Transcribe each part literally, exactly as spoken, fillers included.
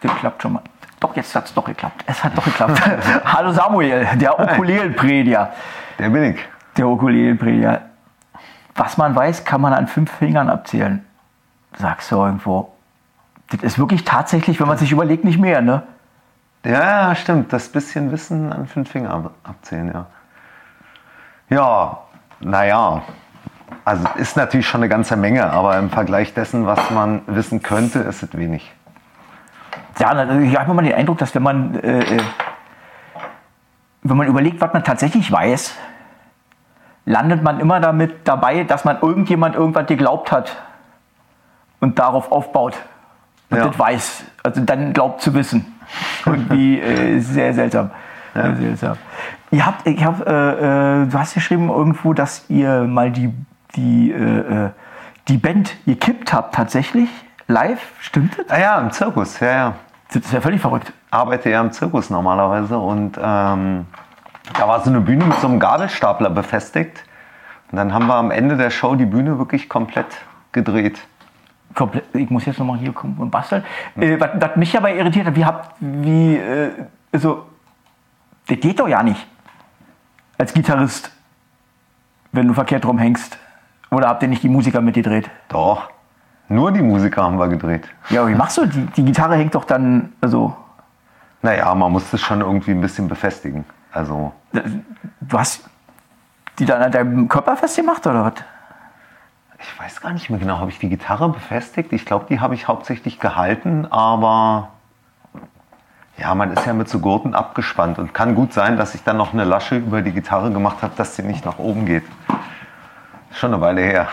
das klappt schon mal. Doch, jetzt hat es doch geklappt. Es hat doch geklappt. Hallo Samuel, der Ukulelenprediger. Der bin ich. Der Ukulelenprediger. Was man weiß, kann man an fünf Fingern abzählen. Sagst du irgendwo. Das ist wirklich tatsächlich, wenn man sich überlegt, nicht mehr, ne? Ja, stimmt. Das bisschen Wissen an fünf Fingern abzählen, ja. Ja, naja. Also ist natürlich schon eine ganze Menge, aber im Vergleich dessen, was man wissen könnte, ist es wenig. Ja, ich habe immer den Eindruck, dass wenn man, äh, wenn man überlegt, was man tatsächlich weiß, landet man immer damit dabei, dass man irgendjemand irgendwas geglaubt hat und darauf aufbaut und ja. das weiß, also dann glaubt zu wissen. Irgendwie äh, sehr seltsam. Ja. Sehr seltsam. Ihr habt, ich hab, äh, du hast geschrieben irgendwo, dass ihr mal die, die, äh, die Band gekippt habt tatsächlich. Live, stimmt das? Ah ja, im Zirkus, ja, ja. Das ist ja völlig verrückt. Arbeite ja im Zirkus normalerweise und ähm, da war so eine Bühne mit so einem Gabelstapler befestigt und dann haben wir am Ende der Show die Bühne wirklich komplett gedreht. Komplett, ich muss jetzt nochmal hier kommen und basteln. Äh, was, was mich aber irritiert hat, wie habt, wie, äh, also, das geht doch ja nicht. Als Gitarrist, wenn du verkehrt rumhängst. Oder habt ihr nicht die Musiker mitgedreht? Doch. Nur die Musiker haben wir gedreht. Ja, aber wie machst du? Die, die Gitarre hängt doch dann, also... Naja, man muss das schon irgendwie ein bisschen befestigen. Also... Du hast die dann an deinem Körper festgemacht, oder was? Ich weiß gar nicht mehr genau. Habe ich die Gitarre befestigt? Ich glaube, die habe ich hauptsächlich gehalten, aber... Ja, man ist ja mit so Gurten abgespannt. Und kann gut sein, dass ich dann noch eine Lasche über die Gitarre gemacht habe, dass sie nicht nach oben geht. Schon eine Weile her.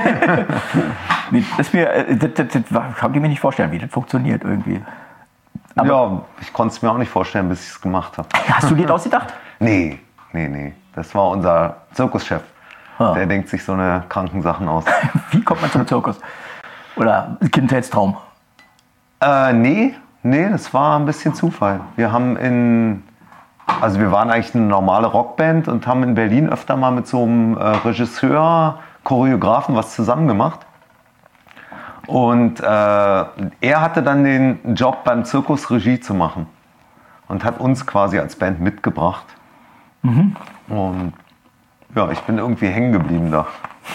das, mir, das, das, das kann ich mir nicht vorstellen, wie das funktioniert irgendwie. Aber ja, ich konnte es mir auch nicht vorstellen, bis ich es gemacht habe. Hast du dir das ausgedacht? Nee, nee, nee. Das war unser Zirkuschef. Ah. Der denkt sich so eine kranken Sachen aus. Wie kommt man zum Zirkus? Oder Kindheitstraum? Äh, nee, nee, das war ein bisschen Zufall. Wir haben in... Also wir waren eigentlich eine normale Rockband und haben in Berlin öfter mal mit so einem äh, Regisseur, Choreografen was zusammen gemacht. Und äh, er hatte dann den Job beim Zirkus Regie zu machen und hat uns quasi als Band mitgebracht. Mhm. Und ja, ich bin irgendwie hängen geblieben da.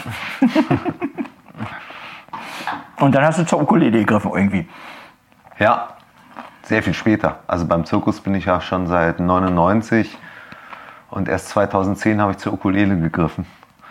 Und dann hast du zur Ukulele gegriffen irgendwie. Ja. Sehr viel später. Also beim Zirkus bin ich ja schon seit neunundneunzig und erst zweitausendzehn habe ich zur Ukulele gegriffen.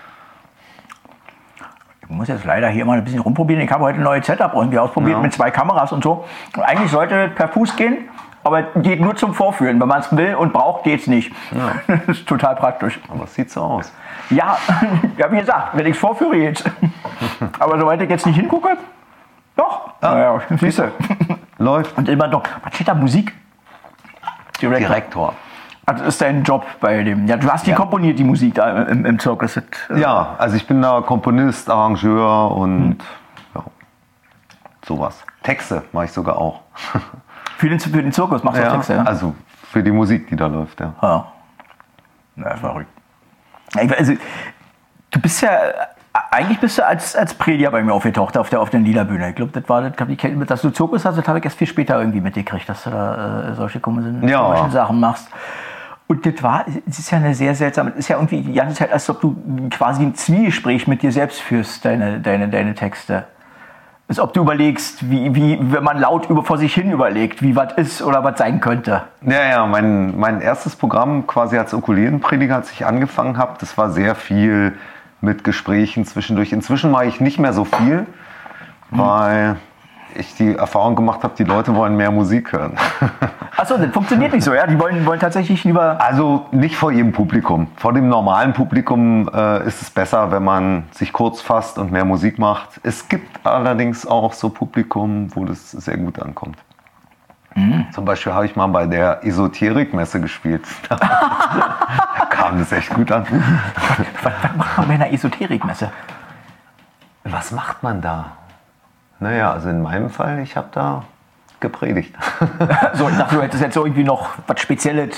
Ich muss jetzt leider hier mal ein bisschen rumprobieren. Ich habe heute ein neues Setup irgendwie ausprobiert ja. mit zwei Kameras und so. Und eigentlich sollte es per Fuß gehen, aber geht nur zum Vorführen. Wenn man es will und braucht, geht es nicht. Ja. Das ist total praktisch. Aber es sieht so aus. Ja, ja wie gesagt, wenn ich es vorführe, geht's. Aber soweit ich jetzt nicht hingucke, doch. Ja, naja, siehst du. Läuft. Und immer noch, was steht da, Musik? Direktor. Direktor. Also das ist dein Job bei dem. Ja, du hast die ja. komponiert, die Musik da im, im Zirkus. Äh ja, also ich bin da Komponist, Arrangeur und hm. ja, sowas. Texte mache ich sogar auch. Für den, für den Zirkus machst du ja, Texte, ja? Also für die Musik, die da läuft, ja. Ja, ja verrückt. Also, du bist ja... Eigentlich bist du als, als Prediger bei mir aufgetaucht auf der, auf der Liederbühne. Ich glaube, das war das, dass du Zirkus hast, das habe ich erst viel später irgendwie mitgekriegt, dass du da äh, solche komischen ja. Sachen machst. Und das war, es ist ja eine sehr seltsame, es ist ja irgendwie die ganze Zeit, als ob du quasi ein Zwiegespräch mit dir selbst führst, deine, deine, deine Texte. Als ob du überlegst, wie, wie, wenn man laut über, vor sich hin überlegt, wie was ist oder was sein könnte. Ja, ja, mein, mein erstes Programm quasi als Ukulelenprediger, als ich angefangen habe, das war sehr viel mit Gesprächen zwischendurch. Inzwischen mache ich nicht mehr so viel, weil ich die Erfahrung gemacht habe, die Leute wollen mehr Musik hören. Achso, das funktioniert nicht so, ja? Die wollen, wollen tatsächlich lieber... Also nicht vor jedem Publikum. Vor dem normalen Publikum äh, ist es besser, wenn man sich kurz fasst und mehr Musik macht. Es gibt allerdings auch so Publikum, wo das sehr gut ankommt. Mhm. Zum Beispiel habe ich mal bei der Esoterikmesse gespielt. Da kam das echt gut an. Was, was macht man bei einer Esoterikmesse? Was macht man da? Naja, also in meinem Fall, ich habe da gepredigt. So, ich dachte, du hättest jetzt irgendwie noch was Spezielles.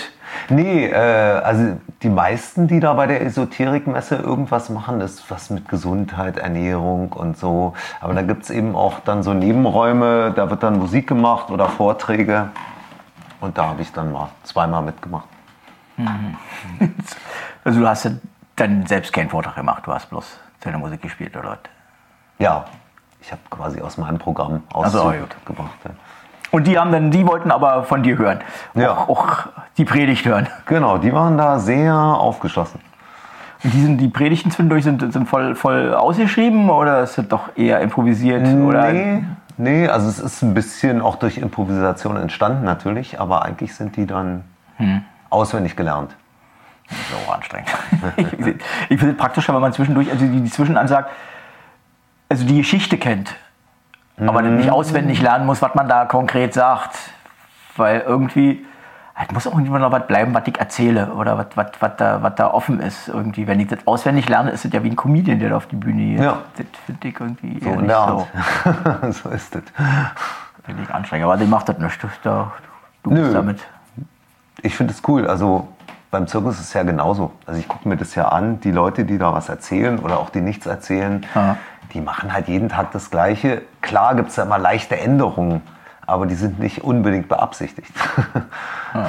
Nee, äh, also die meisten, die da bei der Esoterikmesse irgendwas machen, ist was mit Gesundheit, Ernährung und so. Aber da gibt es eben auch dann so Nebenräume, da wird dann Musik gemacht oder Vorträge. Und da habe ich dann mal zweimal mitgemacht. Mhm. Also du hast ja dann selbst keinen Vortrag gemacht, du hast bloß deine Musik gespielt, oder? Ja, ich habe quasi aus meinem Programm Auszug also, gemacht. Ja. Und die haben dann, die wollten aber von dir hören, ja. auch, auch die Predigt hören. Genau, die waren da sehr aufgeschlossen. Und die, sind, die Predigten zwischendurch sind, sind voll, voll ausgeschrieben oder ist das doch eher improvisiert? Nee, oder? nee, also es ist ein bisschen auch durch Improvisation entstanden natürlich, aber eigentlich sind die dann hm. auswendig gelernt. Das ist auch anstrengend. Ich finde es praktischer, wenn man zwischendurch, also die, die Zwischenansage, also die Geschichte kennt, mhm. aber nicht auswendig lernen muss, was man da konkret sagt. Weil irgendwie, es muss auch irgendwann noch was bleiben, was ich erzähle oder was, was, was, da, was da offen ist. Irgendwie. Wenn ich das auswendig lerne, ist es ja wie ein Comedian, der da auf die Bühne geht. Ja. Das finde ich irgendwie so eher in nicht der so. Art. So ist das. Finde ich anstrengend, aber die macht das nicht. Da, du Nö. bist damit. Ich finde es cool. Also beim Zirkus ist es ja genauso. Also ich gucke mir das ja an, die Leute, die da was erzählen oder auch die nichts erzählen, ja. die machen halt jeden Tag das Gleiche. Klar gibt es da immer leichte Änderungen, aber die sind nicht unbedingt beabsichtigt. Ja.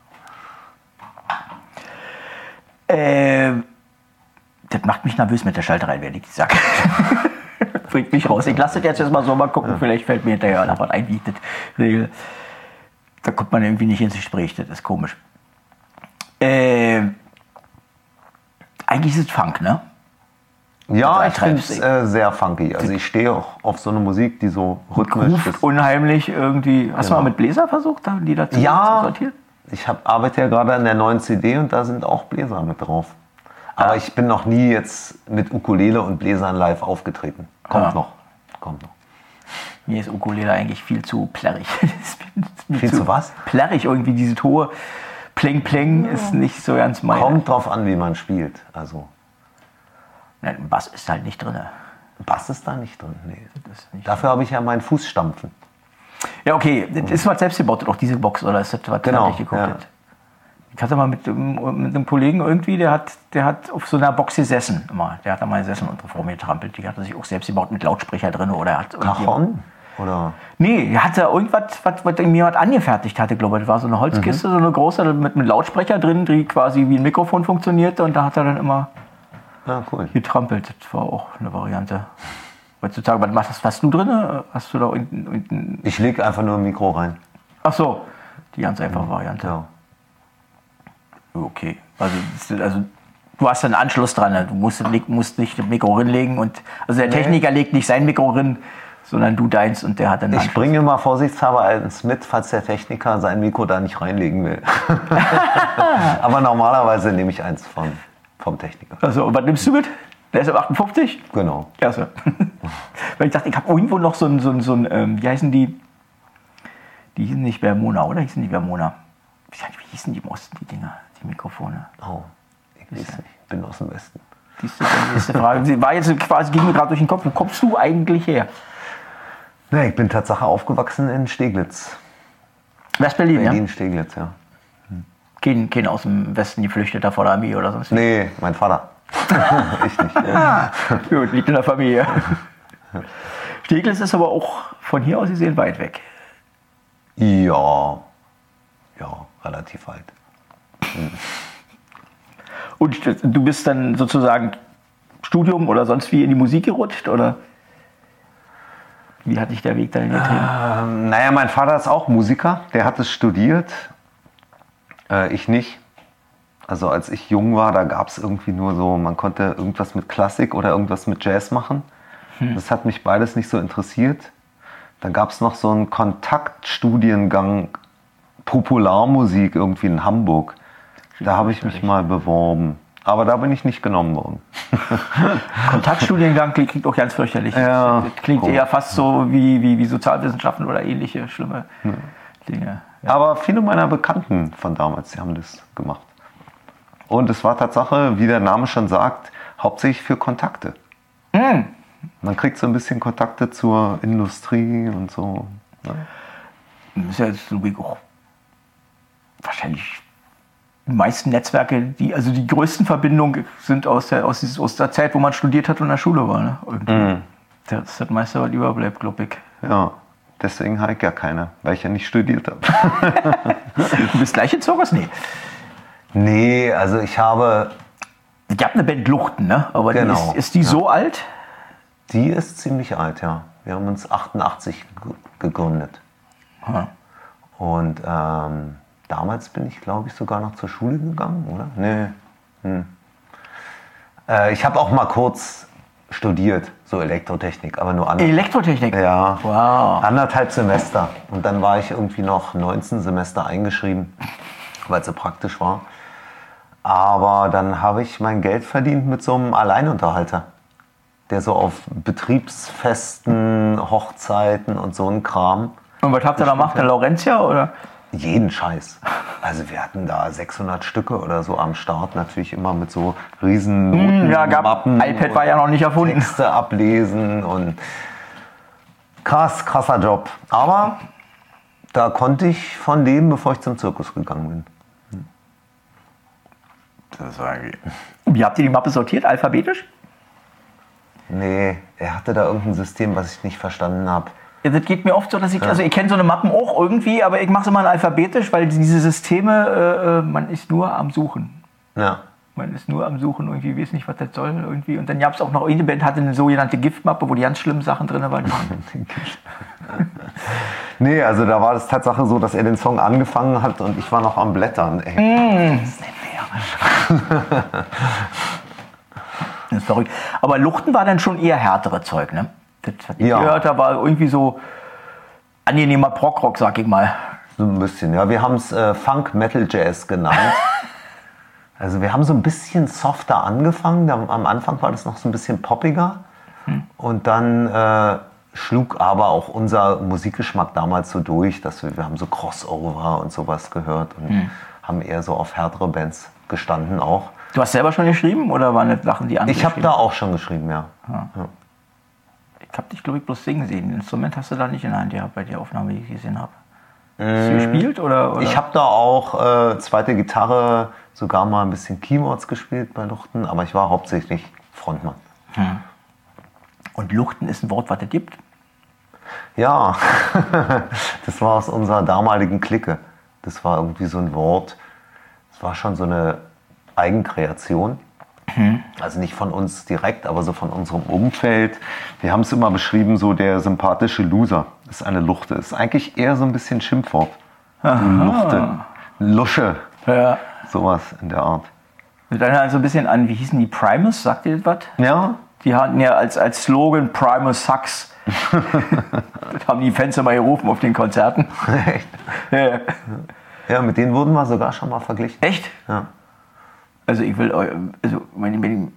Äh, das macht mich nervös mit der Schalterei, wenn ich die sage. Bringt mich raus. Ich lasse das jetzt erstmal so mal gucken, ja. Vielleicht fällt mir hinterher noch was ein, wie das. Da kommt man irgendwie nicht ins Gespräch, das ist komisch. Äh, eigentlich ist es Funk, ne? Ja, ich finde es äh, sehr funky. Also ich stehe auch auf so eine Musik, die so rhythmisch ist. Unheimlich irgendwie. Hast genau. du mal mit Bläser versucht, die dazu ja, zu sortieren? Ich hab, arbeite ja gerade an der neuen C D und da sind auch Bläser mit drauf. Aber ah. ich bin noch nie jetzt mit Ukulele und Bläsern live aufgetreten. Kommt ah. noch. Kommt noch. Mir ist Ukulele eigentlich viel zu plärrig. Viel zu, zu was? Plärrig irgendwie, diese hohe Pling Pling ja. ist nicht so ganz mein. Kommt drauf an, wie man spielt. Also. Ja, Bass ist halt nicht drin. Bass ist da nicht drin, nee. Nicht Dafür habe ich ja meinen Fußstampfen. Ja, okay. Das ist was selbst gebaut, auch diese Box, oder ist das was genau, fertig geguckt? Ja. Ich hatte mal mit, mit einem Kollegen irgendwie, der hat, der hat auf so einer Box gesessen. Immer. Der hat da mal gesessen und vor mir getrampelt. Die hat er sich auch selbst gebaut mit Lautsprecher drin. Oder hat Cajon? Oder? Nee, er hatte irgendwas, was, was mir was angefertigt hatte, glaube ich. Das war so eine Holzkiste, mhm. so eine große, mit einem Lautsprecher drin, die quasi wie ein Mikrofon funktionierte. Und da hat er dann immer ah, cool. getrampelt. Das war auch eine Variante. Heutzutage, was machst hast du drin? Hast du da unten, unten ich lege einfach nur ein Mikro rein. Ach so, die ganz einfache Variante. Ja. Okay, also, also du hast einen Anschluss dran. Du musst, musst nicht das Mikro hinlegen. Und, also der Techniker nee. legt nicht sein Mikro hin, sondern du deins und der hat einen Anschluss. Ich bringe mal vorsichtshalber eins mit, falls der Techniker sein Mikro da nicht reinlegen will. Aber normalerweise nehme ich eins von, vom Techniker. Also, und was nimmst du mit? Der ist auf achtundfünfzig? Genau. Klasse. Weil ich dachte, ich habe irgendwo noch so ein, so ein, so ein ähm, wie heißen die? Die hießen nicht Vermona, oder? Hießen die Vermona? Ich weiß nicht, wie hießen die im Osten, die Dinger, die Mikrofone? Oh, ich weiß nicht. Ich bin aus dem Westen. Die ist die nächste Frage. Sie war jetzt quasi, ging mir gerade durch den Kopf. Wo kommst du eigentlich her? Na, ich bin Tatsache aufgewachsen in Steglitz. West-Berlin, ja? Berlin-Steglitz, ja. Hm. Kein, kein aus dem Westen geflüchteter vor der Armee oder sonst? Nee, mein Vater. Ich nicht. Ah, gut, liegt in der Familie. Steglitz ist aber auch von hier aus gesehen weit weg. Ja, ja, relativ weit. Hm. Und du bist dann sozusagen Studium oder sonst wie in die Musik gerutscht, oder? Wie hat dich der Weg dahin getrieben? Ähm, naja, mein Vater ist auch Musiker, der hat es studiert, äh, ich nicht. Also als ich jung war, da gab es irgendwie nur so, man konnte irgendwas mit Klassik oder irgendwas mit Jazz machen. Hm. Das hat mich beides nicht so interessiert. Dann gab es noch so einen Kontaktstudiengang Popularmusik irgendwie in Hamburg. Da habe ich mich mal beworben. Aber da bin ich nicht genommen worden. Kontaktstudiengang klingt auch ganz fürchterlich. Ja, das klingt cool. Eher fast so wie, wie, wie Sozialwissenschaften oder ähnliche schlimme hm. Dinge. Ja. Aber viele meiner Bekannten von damals, die haben das gemacht. Und es war Tatsache, wie der Name schon sagt, hauptsächlich für Kontakte. Hm. Man kriegt so ein bisschen Kontakte zur Industrie und so. Ne? Das ist ja jetzt auch wahrscheinlich die meisten Netzwerke, die, also die größten Verbindungen sind aus der, aus, dieses, aus der Zeit, wo man studiert hat und in der Schule war. Ne? Mhm. Das ist das meiste, was überbleibt, glaube ich. Ja, deswegen habe ich gar keine, weil ich ja nicht studiert habe. Du bist gleich in Zirkus? Nee. Nee, also ich habe... Ich habe eine Band Luchten, ne? Aber Genau, die ist, ist die ja. so alt? Die ist ziemlich alt, ja. Wir haben uns achtundachtzig ge- gegründet. Hm. Und ähm, damals bin ich, glaube ich, sogar noch zur Schule gegangen, oder? Nee. Hm. Äh, ich habe auch mal kurz studiert, so Elektrotechnik, aber nur anderthalb. Elektrotechnik? Ja, Wow. anderthalb Semester. Und dann war ich irgendwie noch neunzehn Semester eingeschrieben, weil es so praktisch war. Aber dann habe ich mein Geld verdient mit so einem Alleinunterhalter, der so auf Betriebsfesten, Hochzeiten und so ein Kram. Und was habt ihr da gemacht? Der Laurentia oder? Jeden Scheiß. Also wir hatten da sechshundert Stücke oder so am Start, natürlich immer mit so riesen Noten, Hm, ja, gab, Mappen, iPad war ja noch nicht erfunden. Texte ablesen und krass, krasser Job. Aber da konnte ich von leben, bevor ich zum Zirkus gegangen bin. Das war Wie habt ihr die Mappe sortiert? Alphabetisch? Nee, er hatte da irgendein System, was ich nicht verstanden habe. Ja, das geht mir oft so, dass ich, also ich kenne so eine Mappen auch irgendwie, aber ich mache es immer in alphabetisch, weil diese Systeme, äh, man ist nur am Suchen. Ja. Man ist nur am Suchen, irgendwie weiß nicht, was das soll irgendwie. Und dann gab es auch noch, eine Band hatte eine sogenannte Giftmappe, wo die ganz schlimmen Sachen drin waren. Nee, also da war das Tatsache so, dass er den Song angefangen hat und ich war noch am Blättern. Ey. Mm. Das ist nicht mehr. Das ist verrückt. Aber Luchten war dann schon eher härtere Zeug, ne? Das, was ich Ja. gehört habe, war irgendwie so angenehmer Prog-Rock, sag ich mal. So ein bisschen, ja. Wir haben es äh, Funk Metal Jazz genannt. Also wir haben so ein bisschen softer angefangen. Am, am Anfang war das noch so ein bisschen poppiger. Hm. Und dann äh, schlug aber auch unser Musikgeschmack damals so durch, dass wir, wir haben so Crossover und sowas gehört und hm. haben eher so auf härtere Bands gestanden auch. Du hast selber schon geschrieben oder waren das Sachen, die andere Ich habe da auch schon geschrieben, ja. Ja. ja. Ich habe dich, glaube ich, bloß singen sehen. Ein Instrument hast du da nicht in der Hand gehabt bei der Aufnahme, die ich gesehen habe. Hast du gespielt? Oder, oder? Ich habe da auch äh, zweite Gitarre, sogar mal ein bisschen Keyboards gespielt bei Luchten, aber ich war hauptsächlich Frontmann. Hm. Und Luchten ist ein Wort, was es gibt? Ja, das war aus unserer damaligen Clique. Das war irgendwie so ein Wort, das war schon so eine Eigenkreation. Hm. Also nicht von uns direkt, aber so von unserem Umfeld. Wir haben es immer beschrieben, so der sympathische Loser. Das ist eine Luchte. Das ist eigentlich eher so ein bisschen Schimpfwort. Aha. Luchte, Lusche, Ja. sowas in der Art. Mit einer also ein bisschen an, wie hießen die, Primus? Sagt ihr das was? Ja. Die hatten ja als, als Slogan Primus Sucks. Das haben die Fans immer gerufen auf den Konzerten. Echt? Ja. Ja, mit denen wurden wir sogar schon mal verglichen. Echt? Ja. Also ich will, eu- also mein, mein,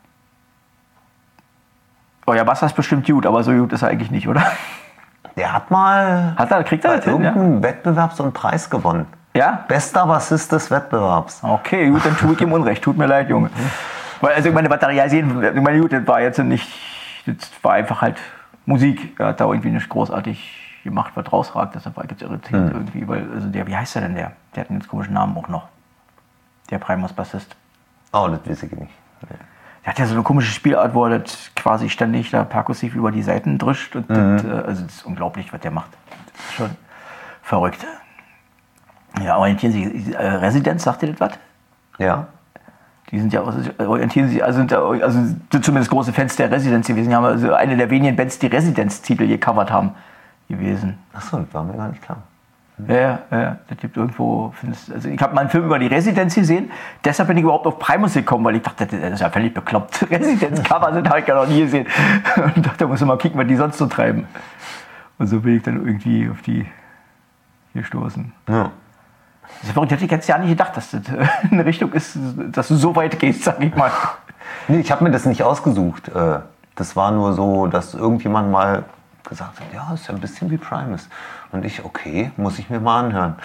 euer Bass ist bestimmt gut, aber so gut ist er eigentlich nicht, oder? Der hat mal Hat er, kriegt er bei das hin, ja? irgendeinem Wettbewerb so einen Preis gewonnen. Ja? Bester Bassist des Wettbewerbs. Okay, gut, dann tue ich ihm Unrecht. Tut mir leid, Junge. Weil, also ich meine, Batterie sehen, ich meine, gut, das war jetzt nicht, das war einfach halt Musik. Er hat da irgendwie nicht großartig gemacht, was rausragt. Deshalb war ich jetzt irritiert Hm. irgendwie, weil, also der, wie heißt der denn der? Der hat einen ganz komischen Namen auch noch. Der Primus-Bassist. Oh, das weiß ich nicht. Nee. Der hat ja so eine komische Spielart, wo er das quasi ständig da perkussiv über die Seiten drischt. Und Mhm. das, äh, also das ist unglaublich, was der macht. Das ist schon verrückt. Ja, orientieren Sie, äh, Residenz, sagt ihr das was? Ja. Die sind ja auch, orientieren sich, also sind, ja, also sind zumindest große Fans der Residenz gewesen. Die haben also eine der wenigen Bands, die Residenz-Titel gecovert haben, gewesen. Achso, das war mir gar nicht klar. Ja, ja, ja, das gibt irgendwo, findest, also ich habe mal einen Film über die Residenz gesehen, deshalb bin ich überhaupt auf Primus gekommen, weil ich dachte, das ist ja völlig bekloppt. Residenz-Cover sind habe ich ja noch nie gesehen. Und dachte, da muss man mal kicken, was die sonst so treiben. Und so bin ich dann irgendwie auf die gestoßen. Ja. Das ist verrückt, ich hätte jetzt ja nicht gedacht, dass das eine Richtung ist, dass du so weit gehst, sag ich mal. Nee, ich habe mir das nicht ausgesucht. Äh, Das war nur so, dass irgendjemand mal gesagt hat, ja, ist ja ein bisschen wie Primus. Und ich, okay, muss ich mir mal anhören.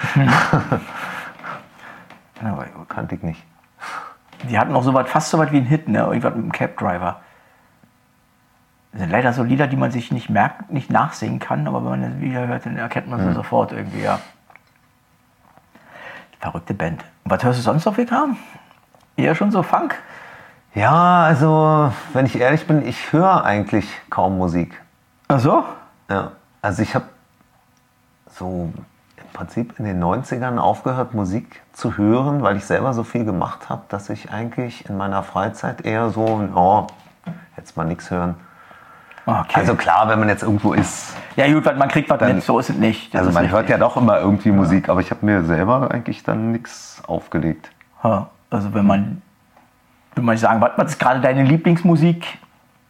Aber kannte ich nicht. Die hatten auch so was, fast so was wie ein Hit, ne? Irgendwas mit dem Cab Driver. Das sind leider so Lieder, die man sich nicht merkt, nicht nachsingen kann, aber wenn man das wieder hört, dann erkennt man sie Mhm. sofort irgendwie, ja. Verrückte Band. Und was hörst du sonst noch für Kram? Eher schon so Funk? Ja, also, wenn ich ehrlich bin, ich höre eigentlich kaum Musik. Ach so? Ja, also ich habe so im Prinzip in den neunzigern aufgehört, Musik zu hören, weil ich selber so viel gemacht habe, dass ich eigentlich in meiner Freizeit eher so, oh, jetzt mal nichts hören. Okay. Also klar, wenn man jetzt irgendwo ist. Ja gut, man kriegt was dann, mit, so ist es nicht. Das also ist man richtig. hört ja doch immer irgendwie Musik, aber ich habe mir selber eigentlich dann nichts aufgelegt. Ha, also wenn man, wenn man sagen, was, was ist gerade deine Lieblingsmusik?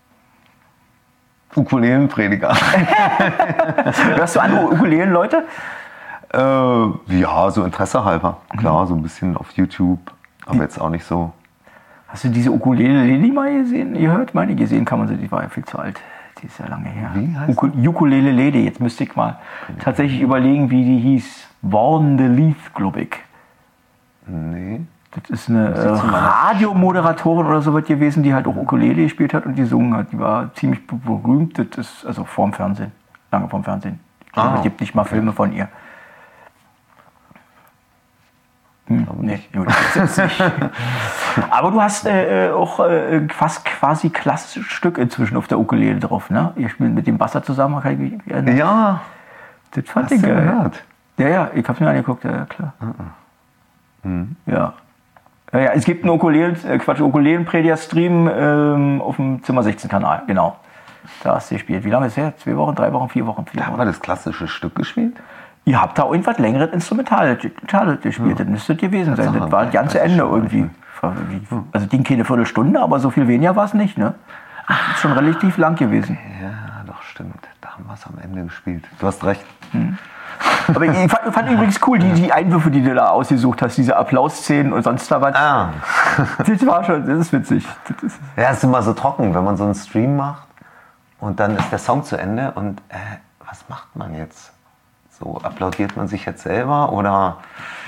Ukulelenprediger. Hörst du andere Ukulelen-Leute? Äh, ja, so Interesse halber. Klar, so ein bisschen auf YouTube, aber jetzt auch nicht so. Hast du diese Ukulele-Lady mal gesehen? Ihr hört? Meine gesehen kann man sie, die war ja viel zu alt. Die ist ja lange her. Wie heißt Uku Ukulele-Lady, jetzt müsste ich mal tatsächlich überlegen, wie die hieß. Warn the Leaf, glaube ich. Nee. Das ist eine äh, Radiomoderatorin oder so was gewesen, die halt auch Ukulele gespielt hat und gesungen hat. Die war ziemlich berühmt. Das ist also vorm Fernsehen. Lange vorm Fernsehen. Ich glaube, Ah, es gibt nicht mal Filme von ihr. Hm, nee, gut, das ist nicht. Aber du hast äh, auch äh, fast quasi klassisches Stück inzwischen auf der Ukulele drauf, ne? Ihr spielt mit dem Basser zusammen, kann ich mich erinnern. Ja. Das fand Hast ich du geil. gehört? Ja, ja, ich hab's mir angeguckt, ja, klar. Uh-uh. Mhm. Ja. Ja, ja, es gibt einen Ukulelen, äh, Quatsch, Ukulelen-Prediger-Stream ähm, auf dem Zimmer sechzehn-Kanal, genau. Da hast du gespielt. Wie lange ist es her? Zwei Wochen, drei Wochen, vier Wochen, vier Da haben Wochen. wir das klassische Stück gespielt. Ihr habt da irgendwas längeres Instrumental Instrumental gespielt, Ja. das müsste gewesen sein. Tatsache, Das war das ganze weiß ich Ende schon irgendwie. Also ging keine Viertelstunde, aber so viel weniger war es nicht, ne? Das ist schon relativ lang gewesen. Ja, doch, stimmt. Da haben wir es am Ende gespielt. Du hast recht. Aber ich fand, fand übrigens cool, die, die Einwürfe, die du da ausgesucht hast, diese Applausszenen und sonst da was. Ah. Das war schon, das ist witzig. Das ist Ja, es ist immer so trocken, wenn man so einen Stream macht und dann ist der Song zu Ende und äh, was macht man jetzt? So, applaudiert man sich jetzt selber oder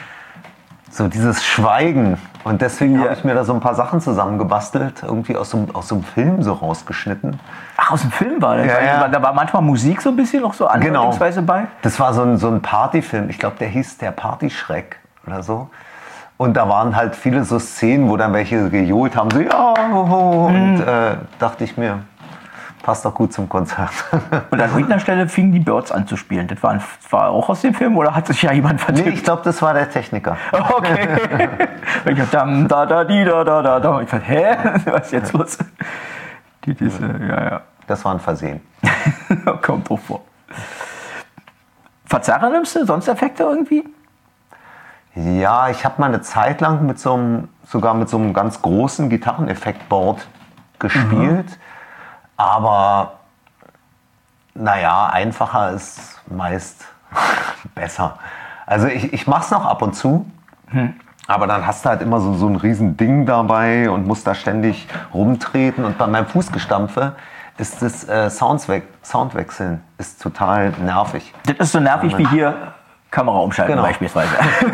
so dieses Schweigen? Und deswegen Ja. habe ich mir da so ein paar Sachen zusammengebastelt, irgendwie aus so, einem- aus so einem Film so rausgeschnitten. Ach, aus dem Film war das. Ja, ja. Da war manchmal Musik so ein bisschen noch so andeutungsweise bei. Das war so ein, so ein Partyfilm, ich glaube, der hieß Der Partyschreck oder so. Und da waren halt viele so Szenen, wo dann welche gejohlt haben, so ja, hoho. Und äh, dachte ich mir, passt doch gut zum Konzert. Und an irgendeiner Stelle fingen die Birds an zu spielen. Das war, ein, war auch aus dem Film oder hat sich ja jemand Nee, vertippt? ich glaube, das war der Techniker. Okay. Ich hab dann da da die da da da da. Ich dachte, hä? Was ist jetzt los? Die, diese, ja, ja. Das war ein Versehen. Kommt auch vor. Verzerrer nimmst du? Sonst Effekte irgendwie? Ja, ich habe mal eine Zeit lang mit so einem, sogar mit so einem ganz großen Gitarreneffektboard gespielt. Aber naja, einfacher ist meist besser. Also ich, ich mache es noch ab und zu, aber dann hast du halt immer so, so ein riesen Ding dabei und musst da ständig rumtreten. Und bei meinem Fußgestampfe ist das äh, Soundswe Soundwechseln ist total nervig. Das ist so nervig wie hier Kamera umschalten Genau. beispielsweise.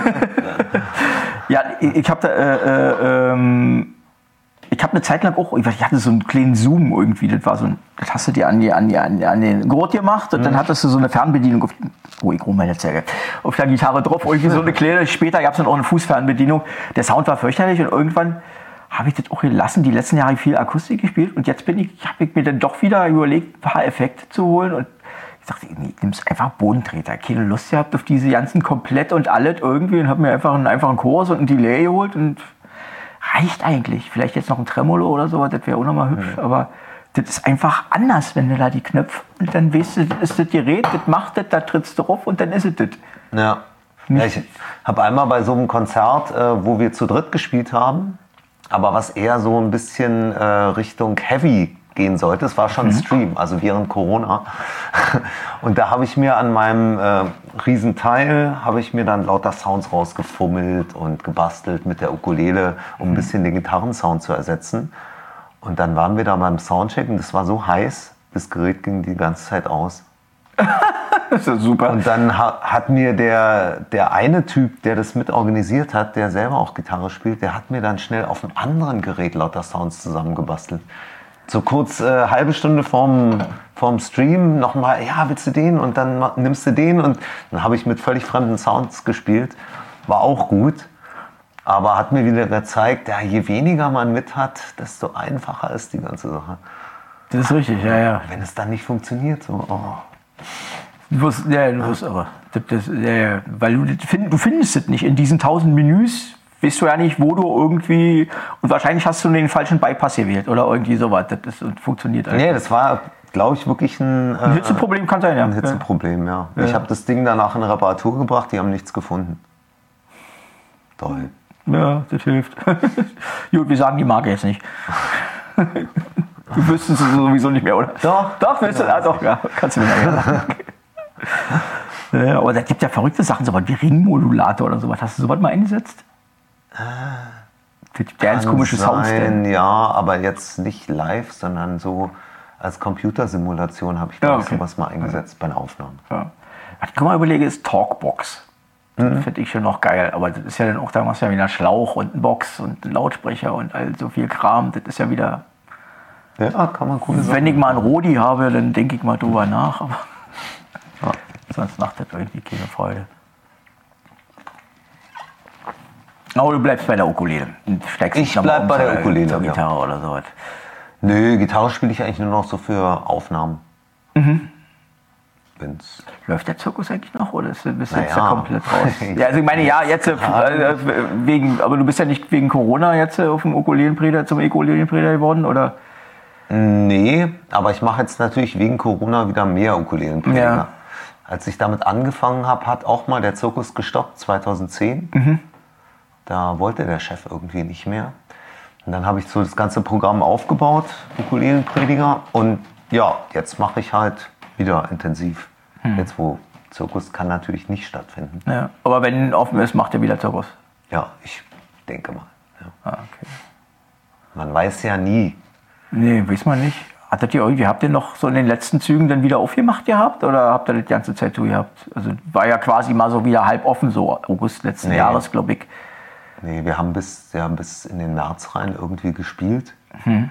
Ja, ich, ich habe da, äh, äh, ähm, ich habe eine Zeit lang auch, ich hatte so einen kleinen Zoom irgendwie, das war so ein, das hast du dir an, die, an, die, an, die, an den Gurt gemacht und mhm. dann hattest du so eine Fernbedienung auf, oh, ich ruhe meine Zähne, auf der Gitarre drauf, irgendwie so eine kleine, später gab es dann auch eine Fußfernbedienung. Der Sound war fürchterlich und irgendwann habe ich das auch gelassen, die letzten Jahre viel Akustik gespielt und jetzt bin ich, habe ich mir dann doch wieder überlegt, ein paar Effekte zu holen und ich dachte, nee, ich nimm's einfach Bodentreter. Keine Lust gehabt auf diese ganzen komplett und alles irgendwie und habe mir einfach einen einfachen Chorus und einen Delay geholt und reicht eigentlich. Vielleicht jetzt noch ein Tremolo oder so, das wäre auch nochmal hübsch, mhm. aber das ist einfach anders, wenn du da die Knöpfe und dann weißt du, das ist das Gerät, das macht das, da trittst du drauf und dann ist es das. Ja. Ja, ich habe einmal bei so einem Konzert, äh, wo wir zu dritt gespielt haben, aber was eher so ein bisschen äh, Richtung Heavy gehen sollte. Es war schon ein Stream, also während Corona. Und da habe ich mir an meinem äh, Riesenteil, habe ich mir dann lauter Sounds rausgefummelt und gebastelt mit der Ukulele, um ein bisschen den Gitarrensound zu ersetzen. Und dann waren wir da beim Soundcheck und es war so heiß, das Gerät ging die ganze Zeit aus. Das ist ja super. Und dann ha- hat mir der, der eine Typ, der das mit organisiert hat, der selber auch Gitarre spielt, der hat mir dann schnell auf einem anderen Gerät lauter Sounds zusammengebastelt. So kurz, äh, halbe Stunde vorm, vorm Stream nochmal, ja, willst du den? Und dann ma- nimmst du den. Und dann habe ich mit völlig fremden Sounds gespielt. war auch gut. Aber hat mir wieder gezeigt, ja, je weniger man mit hat, desto einfacher ist die ganze Sache. Das ist richtig, ja, ja. Wenn es dann nicht funktioniert, so, oh. Du wirst, ja, du wirst aber. Das, das, ja, ja, weil du, das find, du findest es nicht. In diesen tausend Menüs weißt du ja nicht, wo du irgendwie. Und wahrscheinlich hast du den falschen Bypass gewählt oder irgendwie sowas. Das ist, und funktioniert einfach. Nee, das war, glaube ich, wirklich ein. Äh, ein Hitzeproblem kann sein, ja. Ein Hitzeproblem, ja. ja. Ich habe das Ding danach in Reparatur gebracht, die haben nichts gefunden. Toll. Ja, das hilft. Gut, wir sagen die Marke jetzt nicht. Du wüsstest es sowieso nicht mehr, oder? Doch. Doch, willst du? Ja, doch, ja. Kannst du mir ja sagen. Ja, aber da gibt ja verrückte Sachen, so was wie Ringmodulator oder sowas. Hast du sowas mal eingesetzt? Das gibt ja ganz komische Sounds. Ja, aber jetzt nicht live, sondern so als Computersimulation habe ich da ja, okay. sowas mal eingesetzt ja. bei den Aufnahmen. Ja. Was ich mal überlege, ist Talkbox. Das mhm. finde ich schon noch geil, aber das ist ja dann auch, da machst du ja wieder einen Schlauch und eine Box und einen Lautsprecher und all so viel Kram. Das ist ja wieder. Ja, kann man cool Wenn sagen. ich mal einen Rodi habe, dann denke ich mal drüber nach, aber ja. Sonst macht das irgendwie keine Freude. Aber du bleibst bei der Ukulele. Ich bleib bei der Ukulele, zur Gitarre ja. oder sowas. Nö, Gitarre spiele ich eigentlich nur noch so für Aufnahmen. Mhm. Wenn's Läuft der Zirkus eigentlich noch oder bist du jetzt naja. da komplett raus? Ja, also ich meine, ja, jetzt äh, wegen, aber du bist ja nicht wegen Corona jetzt auf dem Ukulelenprediger zum Ukulelenprediger geworden, oder? Nee, aber ich mache jetzt natürlich wegen Corona wieder mehr Ukulelenprediger. Ja. Als ich damit angefangen habe, hat auch mal der Zirkus gestoppt, zweitausendzehn. Mhm. Da wollte der Chef irgendwie nicht mehr. Und dann habe ich so das ganze Programm aufgebaut, Ukulelenprediger. Und ja, jetzt mache ich halt wieder intensiv. Hm. Jetzt, wo Zirkus kann natürlich nicht stattfinden. Ja, aber wenn offen ist, macht er wieder Zirkus? Ja, ich denke mal. Ja. Ah, okay. Man weiß ja nie. Nee, weiß man nicht. Hattet ihr irgendwie, habt ihr noch so in den letzten Zügen dann wieder aufgemacht gehabt oder habt ihr das die ganze Zeit zu gehabt? Also war ja quasi mal so wieder halb offen, so August letzten nee. Jahres, glaube ich. Nee, wir haben bis, ja, bis in den März rein irgendwie gespielt, hm.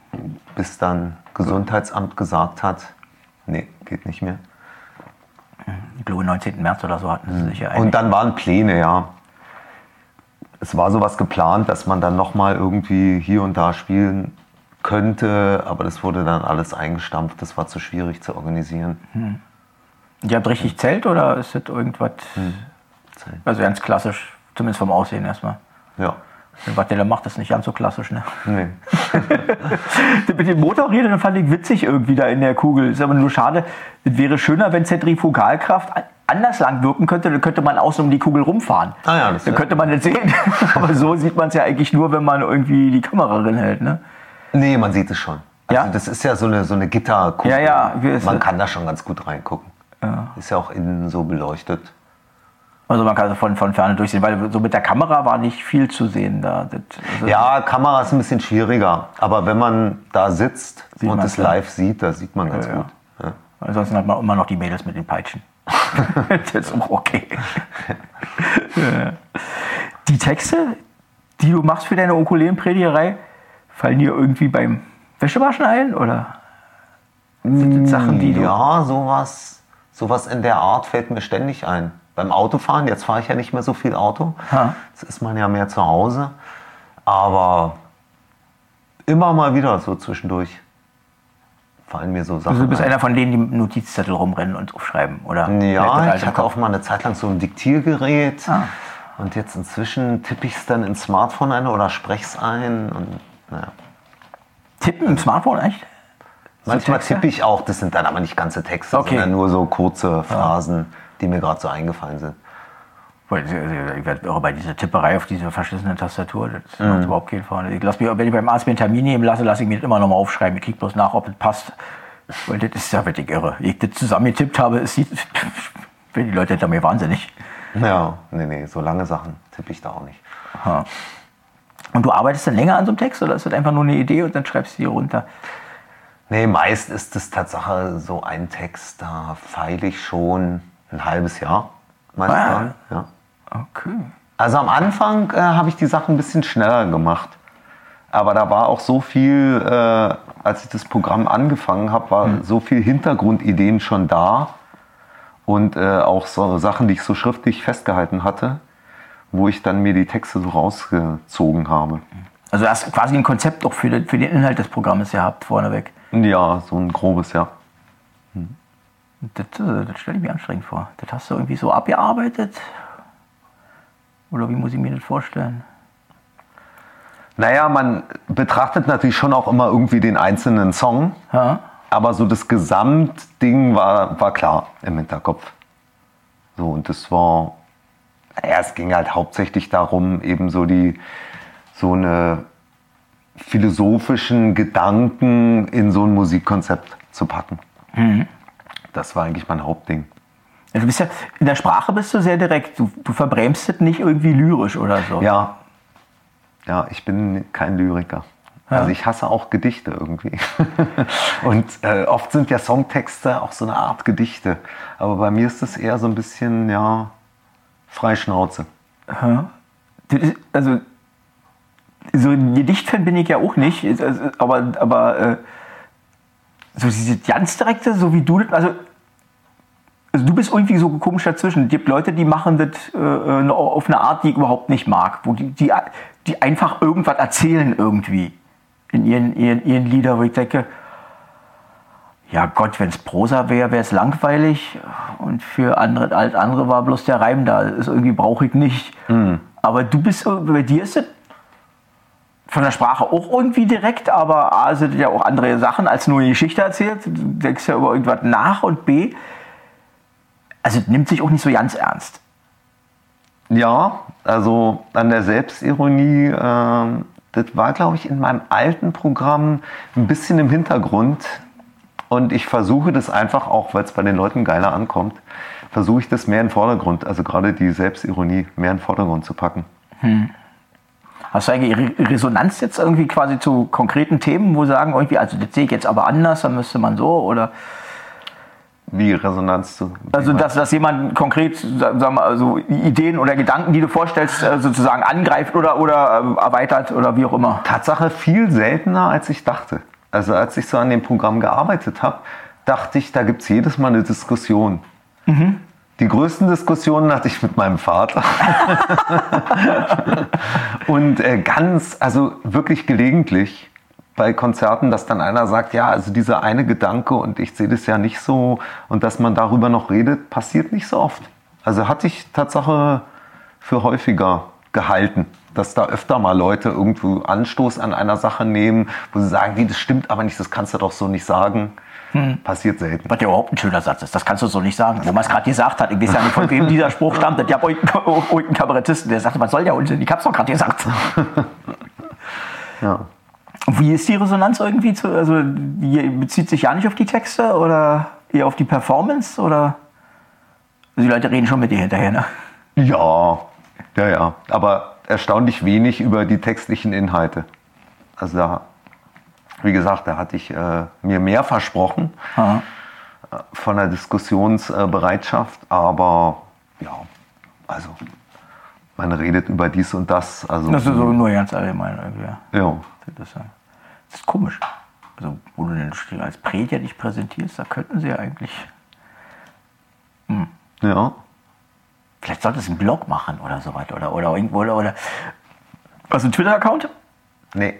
bis dann Gesundheitsamt gesagt hat, nee, geht nicht mehr. Ich glaube, neunzehnten März oder so hatten sie sich ja eigentlich. Und dann waren Pläne, ja. Es war sowas geplant, dass man dann nochmal irgendwie hier und da spielen könnte, aber das wurde dann alles eingestampft. Das war zu schwierig zu organisieren. Hm. Ihr habt richtig Zelt oder ist das irgendwas? Hm. Zelt. Also ganz klassisch, zumindest vom Aussehen erstmal. Ja. Was der da macht, ist nicht ganz so klassisch, ne? Nee. Mit dem Motorrädern, das fand ich witzig irgendwie da in der Kugel. Ist aber nur schade. Es wäre schöner, wenn Zentrifugalkraft anders lang wirken könnte. Dann könnte man außen um die Kugel rumfahren. Ah ja, das dann könnte man das sehen. Aber so sieht man es ja eigentlich nur, wenn man irgendwie die Kamera drin hält, ne? Nee, man sieht es schon. Also ja? Das ist ja so eine, so eine Gitterkugel. Ja, ja. Man kann da schon ganz gut reingucken. Ja. Ist ja auch innen so beleuchtet. Also man kann von, von Ferne durchsehen, weil so mit der Kamera war nicht viel zu sehen da. Das, also ja, Kamera ist ein bisschen schwieriger, aber wenn man da sitzt sieht und es live sieht, da sieht man ganz ja, gut. Ja. Ansonsten hat man immer noch die Mädels mit den Peitschen. Das ist auch okay. Ja. Die Texte, die du machst für deine Ukulelenpredigerei, fallen dir irgendwie beim Wäschewaschen ein, oder sind das Sachen, die du... Ja, sowas, sowas in der Art fällt mir ständig ein. Beim Autofahren, jetzt fahre ich ja nicht mehr so viel Auto, ha. Jetzt ist man ja mehr zu Hause, aber immer mal wieder so zwischendurch fallen mir so Sachen Also du bist ein. einer von denen, die Notizzettel rumrennen und aufschreiben, oder? Ja, ich hatte auch mal eine Zeit lang so ein Diktiergerät ah. und jetzt inzwischen tippe ich es dann ins Smartphone ein oder spreche es ein und naja. Tippen im Smartphone, echt? Manchmal tippe ich auch, das sind dann aber nicht ganze Texte, okay. sondern nur so kurze Phrasen, ja. die mir gerade so eingefallen sind. Ich werde auch bei dieser Tipperei auf dieser verschissenen Tastatur, das mhm. macht überhaupt keinen Fall. Ich lass mich, wenn ich beim Arzt mir einen Termin nehmen lasse, lasse ich mir das immer noch mal aufschreiben. Ich kriege bloß nach, ob das passt. Weil das ist ja wirklich irre. Wie ich das zusammengetippt habe, es sieht, die Leute hinter mir wahnsinnig. Ja, nee, nee, so lange Sachen tippe ich da auch nicht. Aha. Und du arbeitest dann länger an so einem Text oder ist das einfach nur eine Idee und dann schreibst du die runter? Nee, meist ist es Tatsache so ein Text, da feile ich schon ein halbes Jahr. Meist ah, dran, ja. Okay. Also am Anfang äh, habe ich die Sachen ein bisschen schneller gemacht. Aber da war auch so viel, äh, als ich das Programm angefangen habe, war hm. so viel Hintergrundideen schon da. Und äh, auch so Sachen, die ich so schriftlich festgehalten hatte. wo ich dann mir die Texte so rausgezogen habe. Also du hast quasi ein Konzept auch für den, für den Inhalt des Programmes gehabt, vorneweg. Ja, so ein grobes, ja. Hm. Das, das stelle ich mir anstrengend vor. Das hast du irgendwie so abgearbeitet? Oder wie muss ich mir das vorstellen? Naja, man betrachtet natürlich schon auch immer irgendwie den einzelnen Song. Ja. Aber so das Gesamtding war, war klar im Hinterkopf. So, und das war, ja, es ging halt hauptsächlich darum, eben so die, so eine philosophischen Gedanken in so ein Musikkonzept zu packen. Mhm. Das war eigentlich mein Hauptding. Ja, du bist ja, in der Sprache bist du sehr direkt. Du, du verbrämst es nicht irgendwie lyrisch oder so. Ja, ja, ich bin kein Lyriker. Ja. Also ich hasse auch Gedichte irgendwie. Und äh, oft sind ja Songtexte auch so eine Art Gedichte. Aber bei mir ist das eher so ein bisschen, ja, Freischnauze. Ja. Also, so ein Gedichtfan bin ich ja auch nicht. Aber, aber äh, so diese ganz direkte, so wie du das, also, also du bist irgendwie so komisch dazwischen. Es gibt Leute, die machen das äh, auf eine Art, die ich überhaupt nicht mag. Wo die, die, die einfach irgendwas erzählen irgendwie. In ihren, ihren, ihren Lieder, wo ich denke, ja Gott, wenn es Prosa wäre, wäre es langweilig und für andere, alles andere war bloß der Reim da. Das ist irgendwie brauche ich nicht. Mhm. Aber du bist, bei dir ist es von der Sprache auch irgendwie direkt, aber A, sind ja auch andere Sachen als nur eine Geschichte erzählt. Du denkst ja über irgendwas nach und B, also nimmt sich auch nicht so ganz ernst. Ja, also an der Selbstironie, ähm das war, glaube ich, in meinem alten Programm ein bisschen im Hintergrund. Und ich versuche das einfach auch, weil es bei den Leuten geiler ankommt, versuche ich das mehr in den Vordergrund, also gerade die Selbstironie mehr in den Vordergrund zu packen. Hm. Hast du eigentlich Resonanz jetzt irgendwie quasi zu konkreten Themen, wo sagen irgendwie, also das sehe ich jetzt aber anders, dann müsste man so, oder? Wie Resonanz zu? Also, dass, dass jemand konkret, sagen wir mal, also Ideen oder Gedanken, die du vorstellst, sozusagen angreift oder, oder erweitert oder wie auch immer? Tatsache viel seltener, als ich dachte. Also, als ich so an dem Programm gearbeitet habe, dachte ich, da gibt es jedes Mal eine Diskussion. Mhm. Die größten Diskussionen hatte ich mit meinem Vater. Und äh, ganz, also wirklich gelegentlich bei Konzerten, dass dann einer sagt, ja, also dieser eine Gedanke und ich sehe das ja nicht so und dass man darüber noch redet, passiert nicht so oft. Also hatte ich Tatsache für häufiger gehalten, dass da öfter mal Leute irgendwo Anstoß an einer Sache nehmen, wo sie sagen, nee, das stimmt aber nicht, das kannst du doch so nicht sagen. Hm. Passiert selten. Was ja überhaupt ein schöner Satz ist, das kannst du so nicht sagen. Wo man es gerade gesagt hat, ich weiß ja nicht, von wem dieser Spruch stammt. Ich habe einen Kabarettisten, der sagte, was soll der Unsinn? Ich hab's doch gerade gesagt. Ja. Wie ist die Resonanz irgendwie? Zu, also die bezieht sich ja nicht auf die Texte oder eher auf die Performance? Oder? Also die Leute reden schon mit dir hinterher, ne? Ja, ja, ja. Aber erstaunlich wenig über die textlichen Inhalte. Also da, wie gesagt, da hatte ich äh, mir mehr versprochen Aha. von der Diskussionsbereitschaft. Aber ja, also man redet über dies und das. Also, das ist so nur ganz allgemein irgendwie. Ja. Das ist, das ist komisch. Also, wo du denn als Prediger dich präsentierst, da könnten sie ja eigentlich. Hm. Ja. Vielleicht solltest du einen Blog machen oder so weiter. Oder, oder irgendwo. Oder, oder. Hast du einen Twitter-Account? Nee.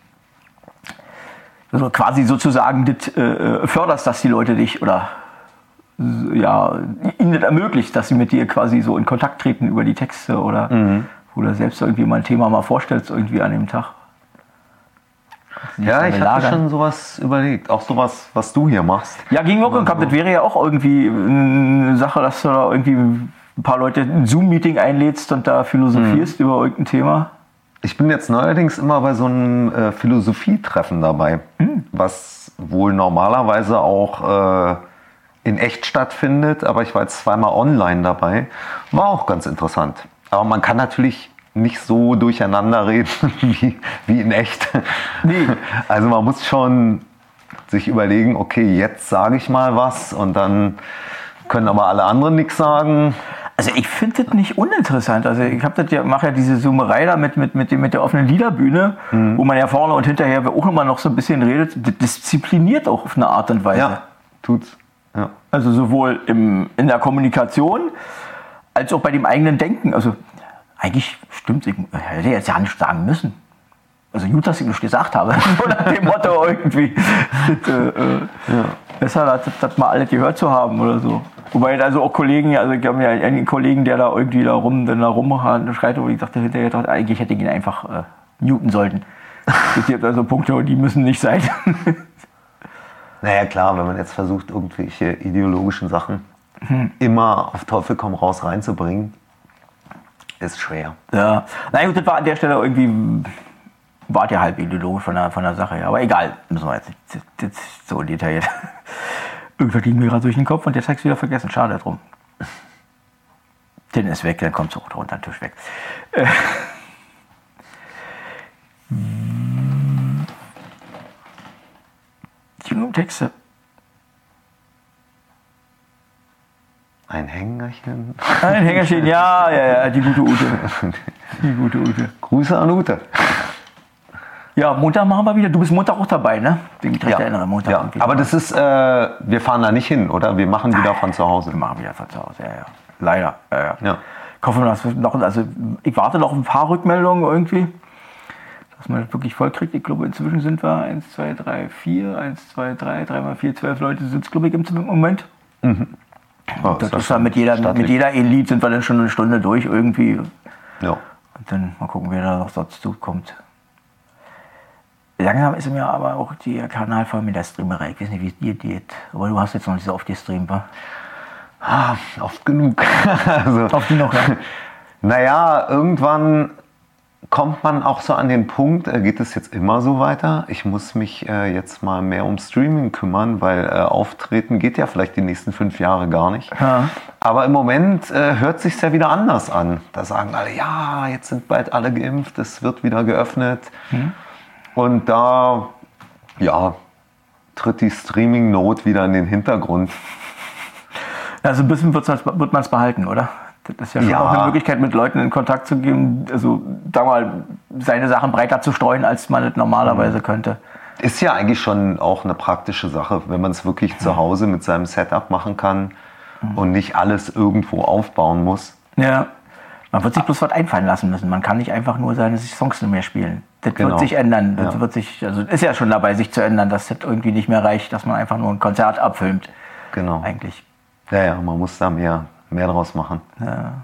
Also quasi sozusagen das, äh, förderst, dass die Leute dich oder ja, ihnen das ermöglicht, dass sie mit dir quasi so in Kontakt treten über die Texte oder, mhm. oder selbst irgendwie mal ein Thema mal vorstellst irgendwie an dem Tag. Ja, ich habe schon sowas überlegt. Auch sowas, was du hier machst. Ja, ging auch. So. Das wäre ja auch irgendwie eine Sache, dass du da irgendwie ein paar Leute in ein Zoom-Meeting einlädst und da philosophierst mhm. über irgendein Thema. Ich bin jetzt neuerdings immer bei so einem äh, Philosophietreffen dabei, mhm. was wohl normalerweise auch äh, in echt stattfindet. Aber ich war jetzt zweimal online dabei. War auch ganz interessant. Aber man kann natürlich nicht so durcheinander reden wie, wie in echt. Nee. Also man muss schon sich überlegen, okay, jetzt sage ich mal was und dann können aber alle anderen nichts sagen. Also ich finde das nicht uninteressant. Also ich habe das ja, mache ja diese Zoomerei da mit, mit, mit, dem, mit der offenen Liederbühne, mhm. wo man ja vorne und hinterher auch immer noch so ein bisschen redet. Das diszipliniert auch auf eine Art und Weise. Ja, tut's. Ja. Also sowohl im, in der Kommunikation als auch bei dem eigenen Denken. Also Eigentlich stimmt, ich hätte jetzt ja nicht sagen müssen. Also gut, dass ich nicht gesagt habe. So nach dem Motto irgendwie. Das, äh, ja. Besser, das, das mal alles gehört zu haben oder so. Wobei also auch Kollegen, also ich habe ja einen Kollegen, der da irgendwie da rum, dann da rumschreit, wo ich dachte hinterher, dachte, eigentlich hätte ich ihn einfach äh, muten sollten. Es gibt also Punkte, die müssen nicht sein. Naja klar, wenn man jetzt versucht, irgendwelche ideologischen Sachen hm. immer auf Teufel komm raus reinzubringen, ist schwer. Ja, na gut, das war an der Stelle irgendwie, war der halb ideologisch von der, von der Sache her. Aber egal, müssen wir jetzt nicht jetzt so detailliert. Irgendwas ging mir gerade durch den Kopf und jetzt habe ich es wieder vergessen. Schade drum. Den ist weg, dann kommt es auch unter den Tisch weg. Äh. Texte. Ein Hängerchen. Ein Hängerchen, ja, ja, ja, die gute Ute. Die gute Ute. Grüße an Ute. Ja, Montag machen wir wieder. Du bist Montag auch dabei, ne? Wegen ja. Erinnere, Montag ja. Aber das ist, äh, wir fahren da nicht hin, oder? Wir machen wieder von zu Hause. Wir machen wieder von zu Hause, ja, ja. Leider. Ja, ja. Ja. Ich hoffe, dass wir noch, also ich warte noch auf ein paar Rückmeldungen irgendwie, dass man das wirklich voll kriegt. Ich glaube, inzwischen sind wir eins, zwei, drei, vier, eins, zwei, drei, drei mal vier, zwölf Leute sind es, glaube ich, im Moment. Mhm. Oh, das, das ist dann mit jeder, mit jeder ein Lied sind wir dann schon eine Stunde durch irgendwie. Ja. Und dann mal gucken, wer da noch dazu kommt. Langsam ist mir aber auch der Kanal voll mit der Streamerei. Ich weiß nicht, wie es dir geht. Aber du hast jetzt noch nicht so oft gestreamt, wa? Ah, oft genug. also, oft genug, ja. Naja, irgendwann kommt man auch so an den Punkt, äh, geht es jetzt immer so weiter? Ich muss mich äh, jetzt mal mehr um Streaming kümmern, weil äh, Auftreten geht ja vielleicht die nächsten fünf Jahre gar nicht. Ja. Aber im Moment äh, hört sich ja wieder anders an. Da sagen alle, ja, jetzt sind bald alle geimpft, es wird wieder geöffnet. Hm. Und da, ja, tritt die Streaming-Not wieder in den Hintergrund. Also ein bisschen wird man es behalten, oder? Das ist ja schon ja. auch eine Möglichkeit, mit Leuten in Kontakt zu gehen, also da mal seine Sachen breiter zu streuen, als man es normalerweise mhm. könnte. Ist ja eigentlich schon auch eine praktische Sache, wenn man es wirklich mhm. zu Hause mit seinem Setup machen kann mhm. und nicht alles irgendwo aufbauen muss. Ja, man wird sich bloß was einfallen lassen müssen. Man kann nicht einfach nur seine Songs nicht mehr spielen. Das genau. wird sich ändern. Das ja. wird sich, also ist ja schon dabei, sich zu ändern, dass das irgendwie nicht mehr reicht, dass man einfach nur ein Konzert abfilmt. Genau. Eigentlich. Ja, ja, man muss da mehr, mehr draus machen. Ja.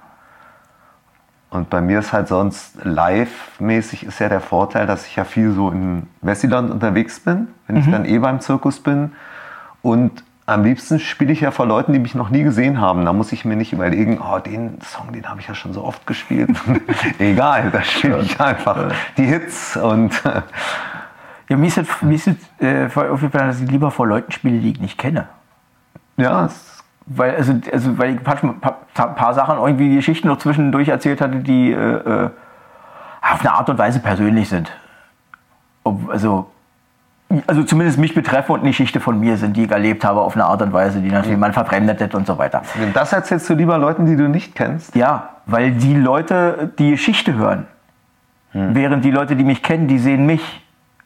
Und bei mir ist halt sonst live-mäßig ist ja der Vorteil, dass ich ja viel so in Wessiland unterwegs bin, wenn mhm. ich dann eh beim Zirkus bin. Und am liebsten spiele ich ja vor Leuten, die mich noch nie gesehen haben. Da muss ich mir nicht überlegen, oh, den Song, den habe ich ja schon so oft gespielt. Egal, da spiele ich einfach die Hits. Und ja, mir ist es, mir ist es äh, aufgefallen, dass ich lieber vor Leuten spiele, die ich nicht kenne. Ja, Weil, also, also, weil ich ein paar, paar, paar Sachen, irgendwie Geschichten noch zwischendurch erzählt hatte, die äh, auf eine Art und Weise persönlich sind. Ob, also, also zumindest mich betreffen und eine Geschichte von mir sind, die ich erlebt habe auf eine Art und Weise, die natürlich man verbrennt hat und so weiter. Das erzählst du lieber Leuten, die du nicht kennst? Ja, weil die Leute die Geschichte hören. Hm. Während die Leute, die mich kennen, die sehen mich.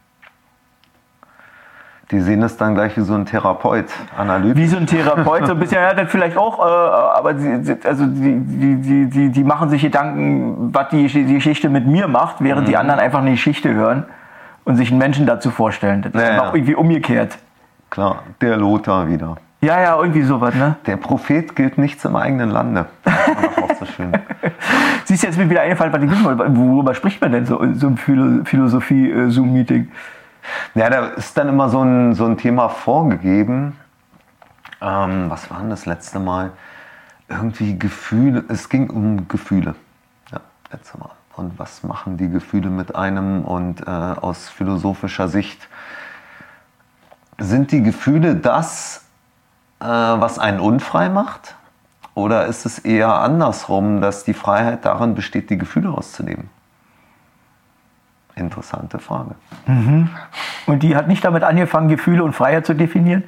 Die sehen das dann gleich wie so ein Therapeut, analytisch. Wie so ein Therapeut, so ein bisschen, ja, das vielleicht auch, äh, aber die, also die, die, die, die machen sich Gedanken, was die, die Geschichte mit mir macht, während mhm. die anderen einfach eine Geschichte hören und sich einen Menschen dazu vorstellen. Das ist naja. auch irgendwie umgekehrt. Klar, der Lothar wieder. Ja, ja, irgendwie sowas, ne? Der Prophet gilt nichts im eigenen Lande. Das ist auch so schön. Siehst du, jetzt mir wieder eingefallen, was ich wissen wollte, worüber spricht man denn so in so einem Philosophie-Zoom-Meeting? Ja, da ist dann immer so ein, so ein Thema vorgegeben. Ähm, was war denn das letzte Mal? Irgendwie Gefühle. Es ging um Gefühle. Ja, letzte Mal. Und was machen die Gefühle mit einem? Und äh, aus philosophischer Sicht sind die Gefühle das, äh, was einen unfrei macht? Oder ist es eher andersrum, dass die Freiheit darin besteht, die Gefühle auszuleben? Interessante Frage. Mhm. Und die hat nicht damit angefangen, Gefühle und Freiheit zu definieren?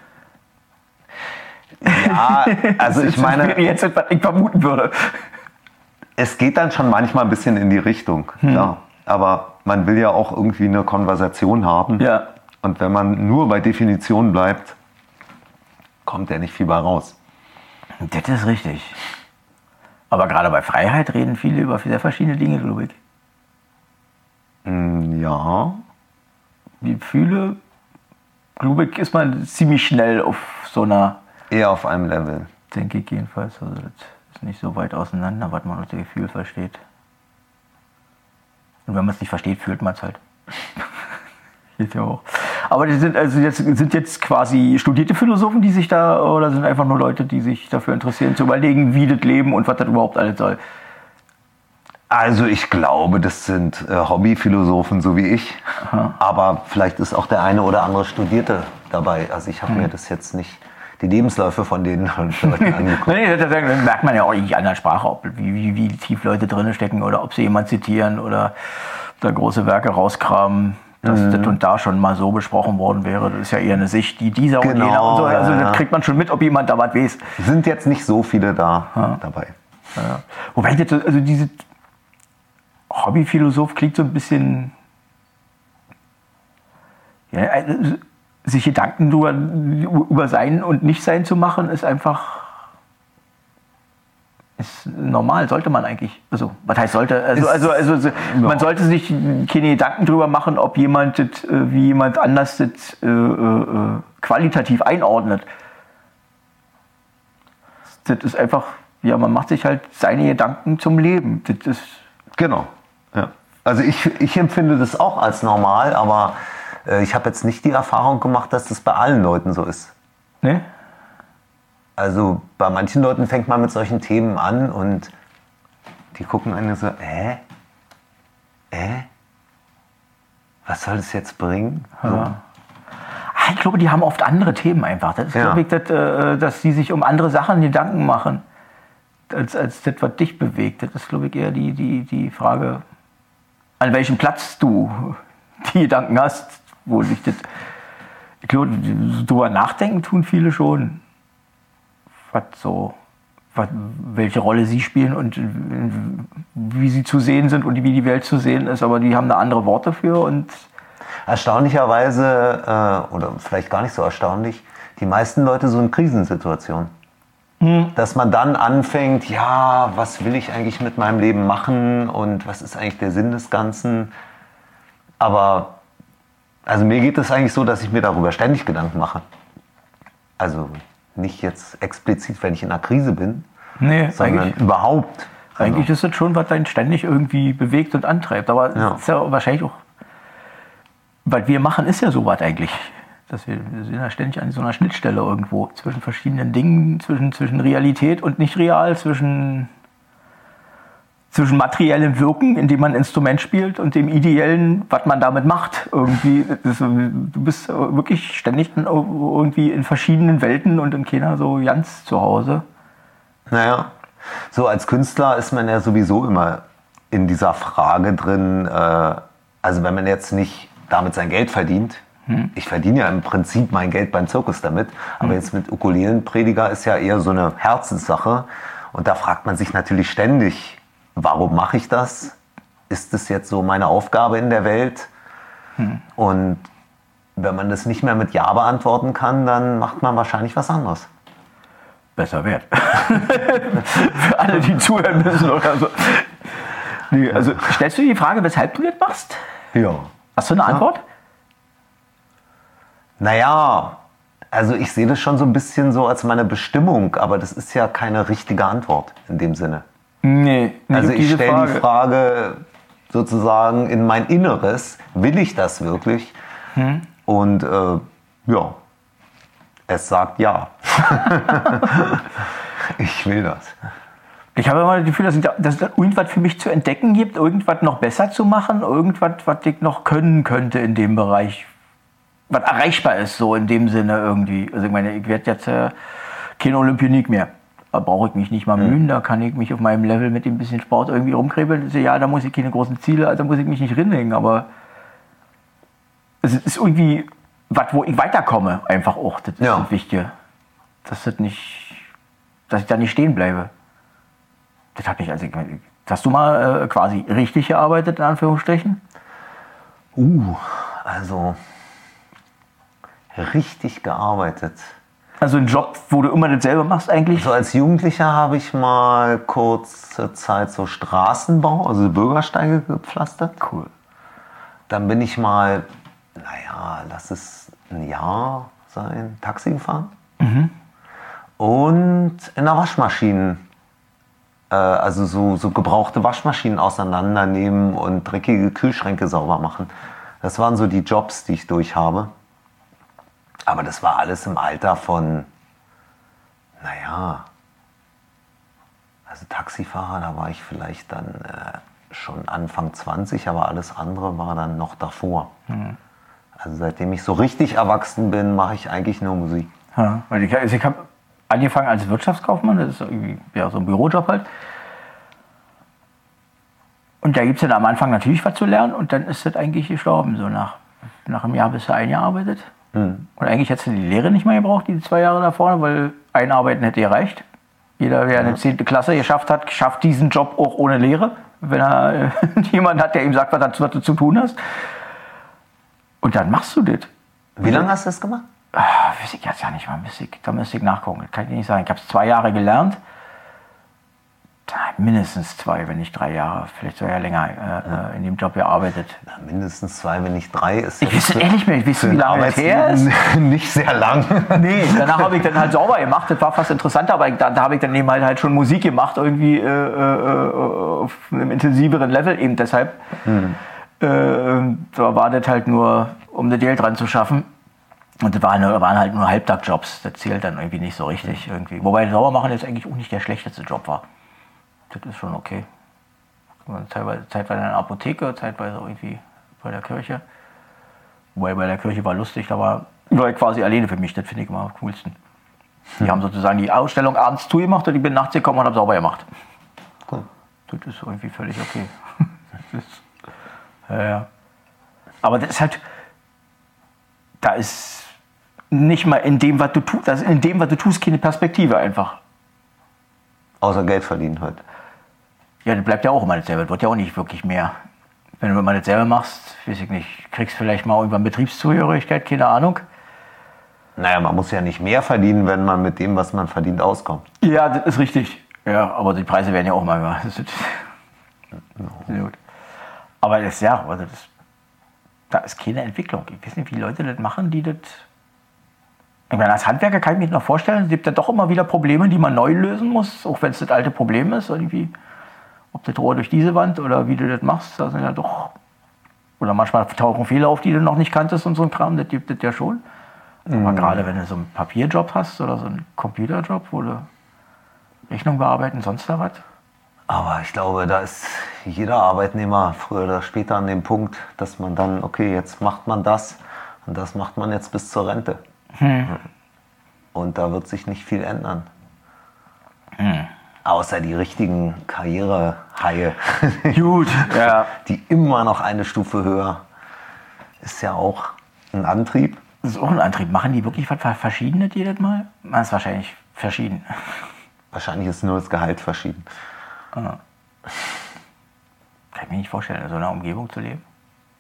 Ja, also ich meine... Jetzt, was ich vermuten würde. Es geht dann schon manchmal ein bisschen in die Richtung, hm. ja. Aber man will ja auch irgendwie eine Konversation haben. Ja. Und wenn man nur bei Definitionen bleibt, kommt ja nicht viel bei raus. Das ist richtig. Aber gerade bei Freiheit reden viele über sehr verschiedene Dinge, glaube ich. Mm, ja. Die Gefühle, glaube ich, ist man ziemlich schnell auf so einer... Eher auf einem Level. Denke ich jedenfalls. Also das ist nicht so weit auseinander, was man unter Gefühl versteht. Und wenn man es nicht versteht, fühlt man es halt. Geht ja auch. Aber die sind also jetzt sind jetzt quasi studierte Philosophen, die sich da, oder sind einfach nur Leute, die sich dafür interessieren, zu überlegen, wie das Leben und was das überhaupt alles soll? Also ich glaube, das sind äh, Hobbyphilosophen, so wie ich. Aha. Aber vielleicht ist auch der eine oder andere Studierte dabei. Also ich habe hm. mir das jetzt nicht, die Lebensläufe von den Leuten angeguckt. Nee, dann merkt man ja auch nicht an der Sprache, ob, wie, wie, wie tief Leute drin stecken oder ob sie jemand zitieren oder da große Werke rauskramen. Dass mhm. das und da schon mal so besprochen worden wäre, das ist ja eher eine Sicht, die dieser genau, und jener und so. Also ja. das kriegt man schon mit, ob jemand da was weiß. Sind jetzt nicht so viele da ja. dabei. Ja. Wobei jetzt, also diese Hobbyphilosoph klingt so ein bisschen, ja, also sich Gedanken über, über Sein und Nichtsein zu machen, ist einfach ist normal, sollte man eigentlich. Also, was heißt sollte? Also, also, also, also man ja. sollte sich keine Gedanken darüber machen, ob jemand das, wie jemand anders das äh, äh, qualitativ einordnet. Das ist einfach, ja, man macht sich halt seine Gedanken zum Leben. Das ist genau. Ja. Also ich, ich empfinde das auch als normal, aber äh, ich habe jetzt nicht die Erfahrung gemacht, dass das bei allen Leuten so ist. Ne? Also bei manchen Leuten fängt man mit solchen Themen an und die gucken einen so, äh? Äh? Was soll das jetzt bringen? Ja. So. Ich glaube, die haben oft andere Themen einfach. Das ist, ja. glaube ich, das, dass sie sich um andere Sachen Gedanken machen, als, als das, was dich bewegt. Das ist, glaube ich, eher die, die, die Frage, an welchem Platz du die Gedanken hast, wo sich das... Ich glaube, darüber nachdenken tun viele schon. Was so, was, welche Rolle sie spielen und wie sie zu sehen sind und wie die Welt zu sehen ist, aber die haben da andere Worte für. Und erstaunlicherweise, äh, oder vielleicht gar nicht so erstaunlich, die meisten Leute so in Krisensituationen. Hm. Dass man dann anfängt, ja, was will ich eigentlich mit meinem Leben machen und was ist eigentlich der Sinn des Ganzen. Aber also mir geht es eigentlich so, dass ich mir darüber ständig Gedanken mache. Also nicht jetzt explizit, wenn ich in einer Krise bin, nee, sondern überhaupt. Eigentlich ist das schon, was einen ständig irgendwie bewegt und antreibt. Aber ja. ist ja wahrscheinlich auch, was wir machen, ist ja sowas eigentlich. Dass wir, wir sind ja ständig an so einer Schnittstelle irgendwo zwischen verschiedenen Dingen, zwischen, zwischen Realität und nicht real, zwischen, zwischen materiellem Wirken, indem man ein Instrument spielt, und dem ideellen, was man damit macht. Irgendwie, das, du bist wirklich ständig irgendwie in verschiedenen Welten und in keiner so ganz zu Hause. Naja, so als Künstler ist man ja sowieso immer in dieser Frage drin, äh, also wenn man jetzt nicht damit sein Geld verdient, hm. ich verdiene ja im Prinzip mein Geld beim Zirkus damit, aber hm. jetzt mit Ukulelenprediger ist ja eher so eine Herzenssache, und da fragt man sich natürlich ständig, warum mache ich das? Ist das jetzt so meine Aufgabe in der Welt? Hm. Und wenn man das nicht mehr mit Ja beantworten kann, dann macht man wahrscheinlich was anderes. Besser wert. Für alle, die zuhören müssen oder so. Nee, also stellst du dir die Frage, weshalb du das machst? Ja. Hast du eine Antwort? Ja. Naja, also ich sehe das schon so ein bisschen so als meine Bestimmung, aber das ist ja keine richtige Antwort in dem Sinne. Nee, also ich stelle die Frage sozusagen in mein Inneres, will ich das wirklich? Hm. Und äh, ja, es sagt ja. Ich will das. Ich habe immer das Gefühl, dass es irgendwas für mich zu entdecken gibt, irgendwas noch besser zu machen, irgendwas, was ich noch können könnte in dem Bereich, was erreichbar ist, so in dem Sinne irgendwie. Also ich meine, ich werde jetzt äh, kein Olympionik mehr. Da brauche ich mich nicht mal mühen, da kann ich mich auf meinem Level mit ein bisschen Sport irgendwie rumkrebeln. Ja, da muss ich keine großen Ziele, also muss ich mich nicht rinlegen, aber es ist irgendwie was, wo ich weiterkomme, einfach auch. Das ist ja. das Wichtige. Dass, das nicht, dass ich da nicht stehen bleibe. Das hat mich, also, hast du mal äh, quasi richtig gearbeitet, in Anführungsstrichen? Uh, also richtig gearbeitet. Also ein Job, wo du immer dasselbe machst eigentlich? So als Jugendlicher habe ich mal kurze Zeit so Straßenbau, also Bürgersteige gepflastert. Cool. Dann bin ich mal, naja, lass es ein Jahr sein, Taxi gefahren. Mhm. Und in der Waschmaschinen, äh, also so, so gebrauchte Waschmaschinen auseinandernehmen und dreckige Kühlschränke sauber machen. Das waren so die Jobs, die ich durch habe. Aber das war alles im Alter von, naja, also Taxifahrer, da war ich vielleicht dann äh, schon Anfang zwanzig, aber alles andere war dann noch davor. Mhm. Also seitdem ich so richtig erwachsen bin, mache ich eigentlich nur Musik. Ja, weil ich, also ich habe angefangen als Wirtschaftskaufmann, das ist irgendwie ja, so ein Bürojob halt. Und da gibt es dann am Anfang natürlich was zu lernen und dann ist das eigentlich gestorben. So nach, nach einem Jahr bist du eingearbeitet. Mhm. Und eigentlich hättest du die Lehre nicht mehr gebraucht, die zwei Jahre da vorne, weil einarbeiten hätte gereicht. Jeder, der eine zehnte Klasse geschafft hat, schafft diesen Job auch ohne Lehre, wenn er äh, jemanden hat, der ihm sagt, was du zu tun hast. Und dann machst du das. Wie lange hast du das gemacht? Ah, weiß ich jetzt ja nicht mal. Müsste ich, da müsste ich nachgucken. Das kann ich nicht sagen. Ich habe es zwei Jahre gelernt. Mindestens zwei, wenn nicht drei Jahre. Vielleicht sogar länger äh, ja. in dem Job gearbeitet. Na, mindestens zwei, wenn nicht drei. Ist ich weiß ehrlich nicht, ich weiß, wie lange das her ist. Nicht sehr lang. Nee, danach habe ich dann halt sauber gemacht. Das war fast interessanter, aber da, da habe ich dann eben halt, halt schon Musik gemacht. Irgendwie äh, äh, auf einem intensiveren Level eben deshalb. Hm. Äh, da war das halt nur, um das Geld dran zu schaffen. Und das waren, waren halt nur Halbtagjobs. Das zählt dann irgendwie nicht so richtig. Irgendwie. Wobei Saubermachen jetzt eigentlich auch nicht der schlechteste Job war. Das ist schon okay. Zeitweise, zeitweise in der Apotheke, zeitweise irgendwie bei der Kirche. Wobei bei der Kirche war lustig, da war, war ich quasi alleine für mich. Das finde ich immer am coolsten. Die hm. haben sozusagen die Ausstellung abends zugemacht und ich bin nachts gekommen und habe sauber gemacht. Cool. Das ist irgendwie völlig okay. Das ist, ja, ja. Aber das ist halt, da ist nicht mal in dem, was du tust, das ist in dem, was du tust, keine Perspektive einfach. Außer Geld verdienen halt. Ja, das bleibt ja auch immer dasselbe. Das wird ja auch nicht wirklich mehr. Wenn du immer dasselbe machst, weiß ich nicht, kriegst vielleicht mal irgendwann Betriebszugehörigkeit, keine Ahnung. Naja, man muss ja nicht mehr verdienen, wenn man mit dem, was man verdient, auskommt. Ja, das ist richtig. Ja, aber die Preise werden ja auch mal höher. Das ist no. gut. Aber das, ja, also das, da ist keine Entwicklung. Ich weiß nicht, wie Leute das machen, die das... Ich meine, als Handwerker kann ich mir noch vorstellen, es gibt ja doch immer wieder Probleme, die man neu lösen muss, auch wenn es das alte Problem ist. Irgendwie, ob das Rohr durch diese Wand oder wie du das machst, da sind ja doch... Oder manchmal tauchen Fehler auf, die du noch nicht kanntest und so ein Kram, das gibt es ja schon. Mhm. Aber gerade wenn du so einen Papierjob hast oder so einen Computerjob, wo du Rechnung bearbeiten, sonst da was. Aber ich glaube, da ist jeder Arbeitnehmer früher oder später an dem Punkt, dass man dann, okay, jetzt macht man das und das macht man jetzt bis zur Rente. Hm. Und da wird sich nicht viel ändern. Hm. Außer die richtigen Karrierehaie. Gut, ja. Die immer noch eine Stufe höher. Ist ja auch ein Antrieb. Das ist auch ein Antrieb. Machen die wirklich was Verschiedenes jedes Mal? Das ist wahrscheinlich verschieden. Wahrscheinlich ist nur das Gehalt verschieden. Ah. Kann ich mir nicht vorstellen, in so einer Umgebung zu leben.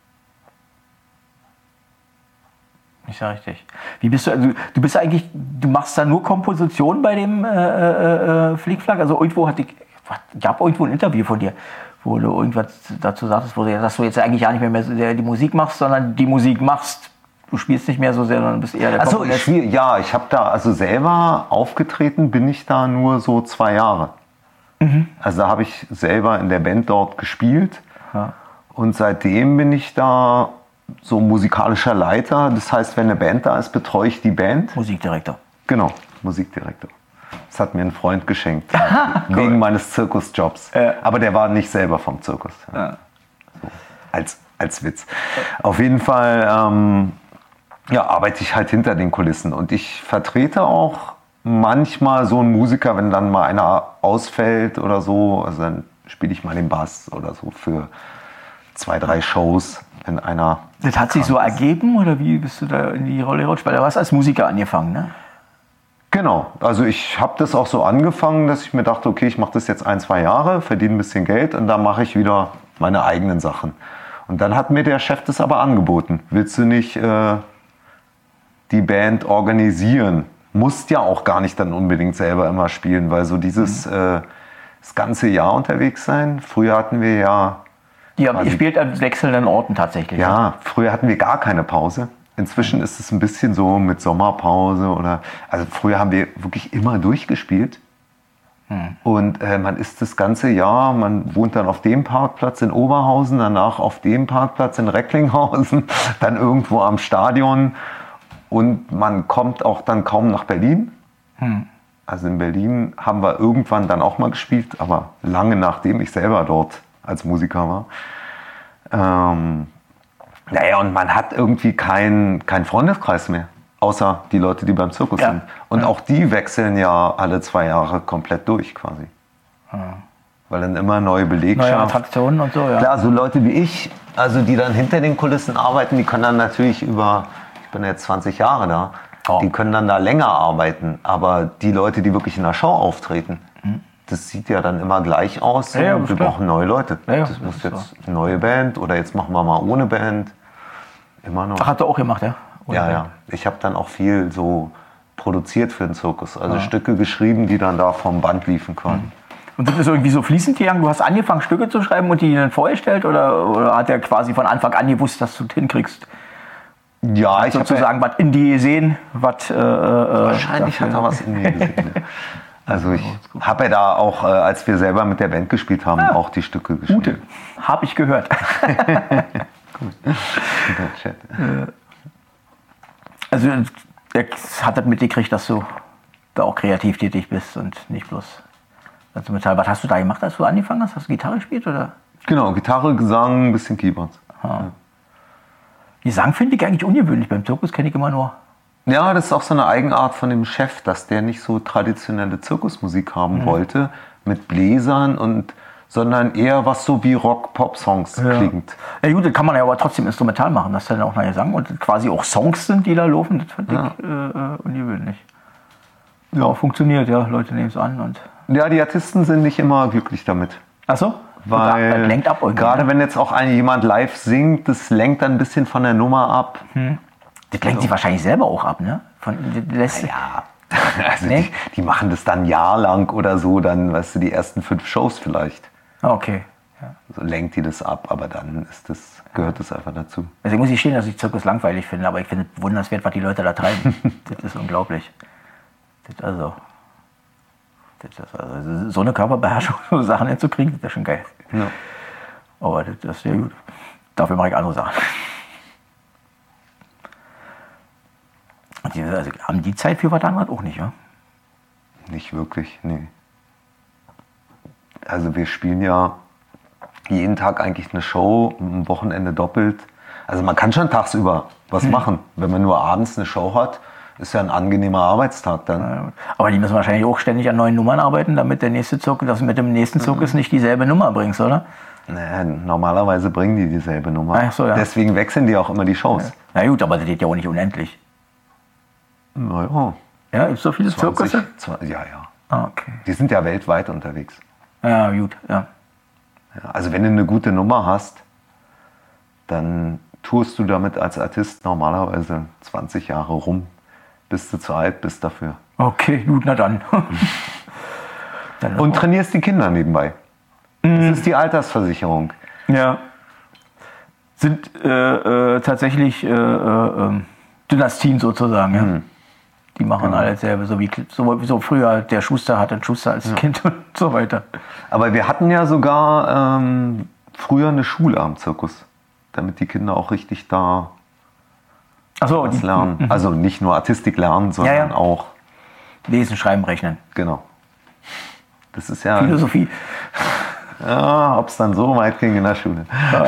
Nicht so richtig. Wie bist du, also du bist eigentlich, du machst da nur Komposition bei dem äh, äh, Fliegflag? Also irgendwo hatte ich, ich gab irgendwo ein Interview von dir, wo du irgendwas dazu sagtest, wo du, dass du jetzt eigentlich gar nicht mehr, mehr die Musik machst, sondern die Musik machst. Du spielst nicht mehr so sehr, sondern bist eher der Komponist. Also ich spiel, ja, ich habe da, also selber aufgetreten bin ich da nur so zwei Jahre. Mhm. Also da habe ich selber in der Band dort gespielt. Ja. Und seitdem bin ich da so musikalischer Leiter. Das heißt, wenn eine Band da ist, betreue ich die Band. Musikdirektor. Genau, Musikdirektor. Das hat mir ein Freund geschenkt. Wegen cool. meines Zirkusjobs. Äh. Aber der war nicht selber vom Zirkus. Ja. So, als, als Witz. Auf jeden Fall ähm, ja, arbeite ich halt hinter den Kulissen. Und ich vertrete auch manchmal so einen Musiker, wenn dann mal einer ausfällt oder so. Also dann spiele ich mal den Bass oder so für zwei, drei Shows. In einer das hat sich so ergeben oder wie bist du da in die Rolle gerutscht? Weil du hast als Musiker angefangen, ne? Genau, also ich habe das auch so angefangen, dass ich mir dachte, okay, ich mache das jetzt ein, zwei Jahre, verdiene ein bisschen Geld und dann mache ich wieder meine eigenen Sachen. Und dann hat mir der Chef das aber angeboten. Willst du nicht äh, die Band organisieren musst ja auch gar nicht dann unbedingt selber immer spielen, weil so dieses mhm. äh, das ganze Jahr unterwegs sein. Früher hatten wir ja... Ja, ihr spielt an wechselnden Orten tatsächlich. Ja, ja, früher hatten wir gar keine Pause. Inzwischen ist es ein bisschen so mit Sommerpause oder... Also früher haben wir wirklich immer durchgespielt. Hm. Und äh, man ist das ganze Jahr, man wohnt dann auf dem Parkplatz in Oberhausen, danach auf dem Parkplatz in Recklinghausen, dann irgendwo am Stadion. Und man kommt auch dann kaum nach Berlin. Hm. Also in Berlin haben wir irgendwann dann auch mal gespielt, aber lange nachdem ich selber dort als Musiker war. Ähm, naja, und man hat irgendwie keinen kein Freundeskreis mehr, außer die Leute, die beim Zirkus ja. sind. Und ja. auch die wechseln ja alle zwei Jahre komplett durch quasi. Ja. Weil dann immer neue Belegschaft. Neue Attraktionen und so, ja. Klar, so Leute wie ich, also die dann hinter den Kulissen arbeiten, die können dann natürlich über, ich bin jetzt zwanzig Jahre da, oh. die können dann da länger arbeiten. Aber die Leute, die wirklich in der Show auftreten, mhm. das sieht ja dann immer gleich aus. Ja, ja, wir klar. brauchen neue Leute. Ja, ja, das, das muss jetzt so. Eine neue Band oder jetzt machen wir mal ohne Band. Immer noch. Ach, hat er auch gemacht, ja? Ohne ja, Band. Ja. Ich habe dann auch viel so produziert für den Zirkus. Also ja. Stücke geschrieben, die dann da vom Band liefen können. Und sind das irgendwie so fließend gegangen? Du hast angefangen, Stücke zu schreiben und die dann vorgestellt? Oder, oder hat er quasi von Anfang an gewusst, dass du es hinkriegst? Ja, ich habe sozusagen was in die gesehen. Was, äh, wahrscheinlich dafür. Hat er was in die gesehen. Also ich habe ja da auch, äh, als wir selber mit der Band gespielt haben, ja. auch die Stücke geschrieben. Gute, habe ich gehört. Gut. Chat. Also er hat das mitgekriegt, dass du da auch kreativ tätig bist und nicht bloß also Metall. Was hast du da gemacht, als du angefangen hast? Hast du Gitarre gespielt oder? Genau, Gitarre, Gesang, ein bisschen Keyboards. Ja. Gesang finde ich eigentlich ungewöhnlich. Beim Zirkus kenne ich immer nur. Ja, das ist auch so eine Eigenart von dem Chef, dass der nicht so traditionelle Zirkusmusik haben mhm. wollte mit Bläsern und sondern eher was so wie Rock-Pop-Songs ja. klingt. Ja gut, das kann man ja aber trotzdem instrumental machen, dass dann auch nachher Gesang und quasi auch Songs sind, die da laufen. Das finde ja. ich äh, ungewöhnlich. Ja, ja, funktioniert, ja. Leute nehmen es an. Und ja, die Artisten sind nicht immer glücklich damit. Ach so? Weil das lenkt ab gerade wenn jetzt auch ein, jemand live singt, das lenkt dann ein bisschen von der Nummer ab. Hm. Das lenkt also. Sie wahrscheinlich selber auch ab, ne? Von, das ja, also nee? die, die machen das dann ein Jahr lang oder so, dann, weißt du, die ersten fünf Shows vielleicht. Okay. Ja. So lenkt die das ab, aber dann ist das, gehört das einfach dazu. Also ich muss nicht stehen, dass ich Zirkus langweilig finde, aber ich finde es bewundernswert, was die Leute da treiben. Das ist unglaublich. Das also, das ist also, so eine Körperbeherrschung, so Sachen hinzukriegen, das ist schon geil. Ja. Aber das, das ist ja gut. Dafür mache ich andere Sachen. Die, also, haben die Zeit für was anderes auch nicht, ja? Nicht wirklich, nee. Also wir spielen ja jeden Tag eigentlich eine Show, am Wochenende doppelt. Also man kann schon tagsüber was hm. machen. Wenn man nur abends eine Show hat, ist ja ein angenehmer Arbeitstag dann. Aber die müssen wahrscheinlich auch ständig an neuen Nummern arbeiten, damit der nächste Zirkus, dass du mit dem nächsten Zirkus nicht dieselbe Nummer bringst, oder? Naja, normalerweise bringen die dieselbe Nummer. Ach so, ja. Deswegen wechseln die auch immer die Shows. Ja. Na gut, aber das geht ja auch nicht unendlich. Naja. Ja, gibt es so viele zwanzig, Zirkusse? zwanzig, ja, ja. Ah, okay. Die sind ja weltweit unterwegs. Ja, gut, ja. Ja, also wenn du eine gute Nummer hast, dann tourst du damit als Artist normalerweise zwanzig Jahre rum, bis du zu alt bist dafür. Okay, gut, na dann. dann Und trainierst die Kinder nebenbei. Mhm. Das ist die Altersversicherung. Ja. Sind äh, äh, tatsächlich äh, äh, Dynastien sozusagen, ja. Mhm. Die machen genau. alles selber, so wie so, so früher der Schuster hatte einen Schuster als ja. Kind und so weiter. Aber wir hatten ja sogar ähm, früher eine Schule am Zirkus, damit die Kinder auch richtig da Ach so, was die, lernen. Mhm. Also nicht nur Artistik lernen, sondern ja, ja. auch Lesen, Schreiben, Rechnen. Genau. Das ist ja Philosophie. Ja, ob es dann so weit ging in der Schule. Ja.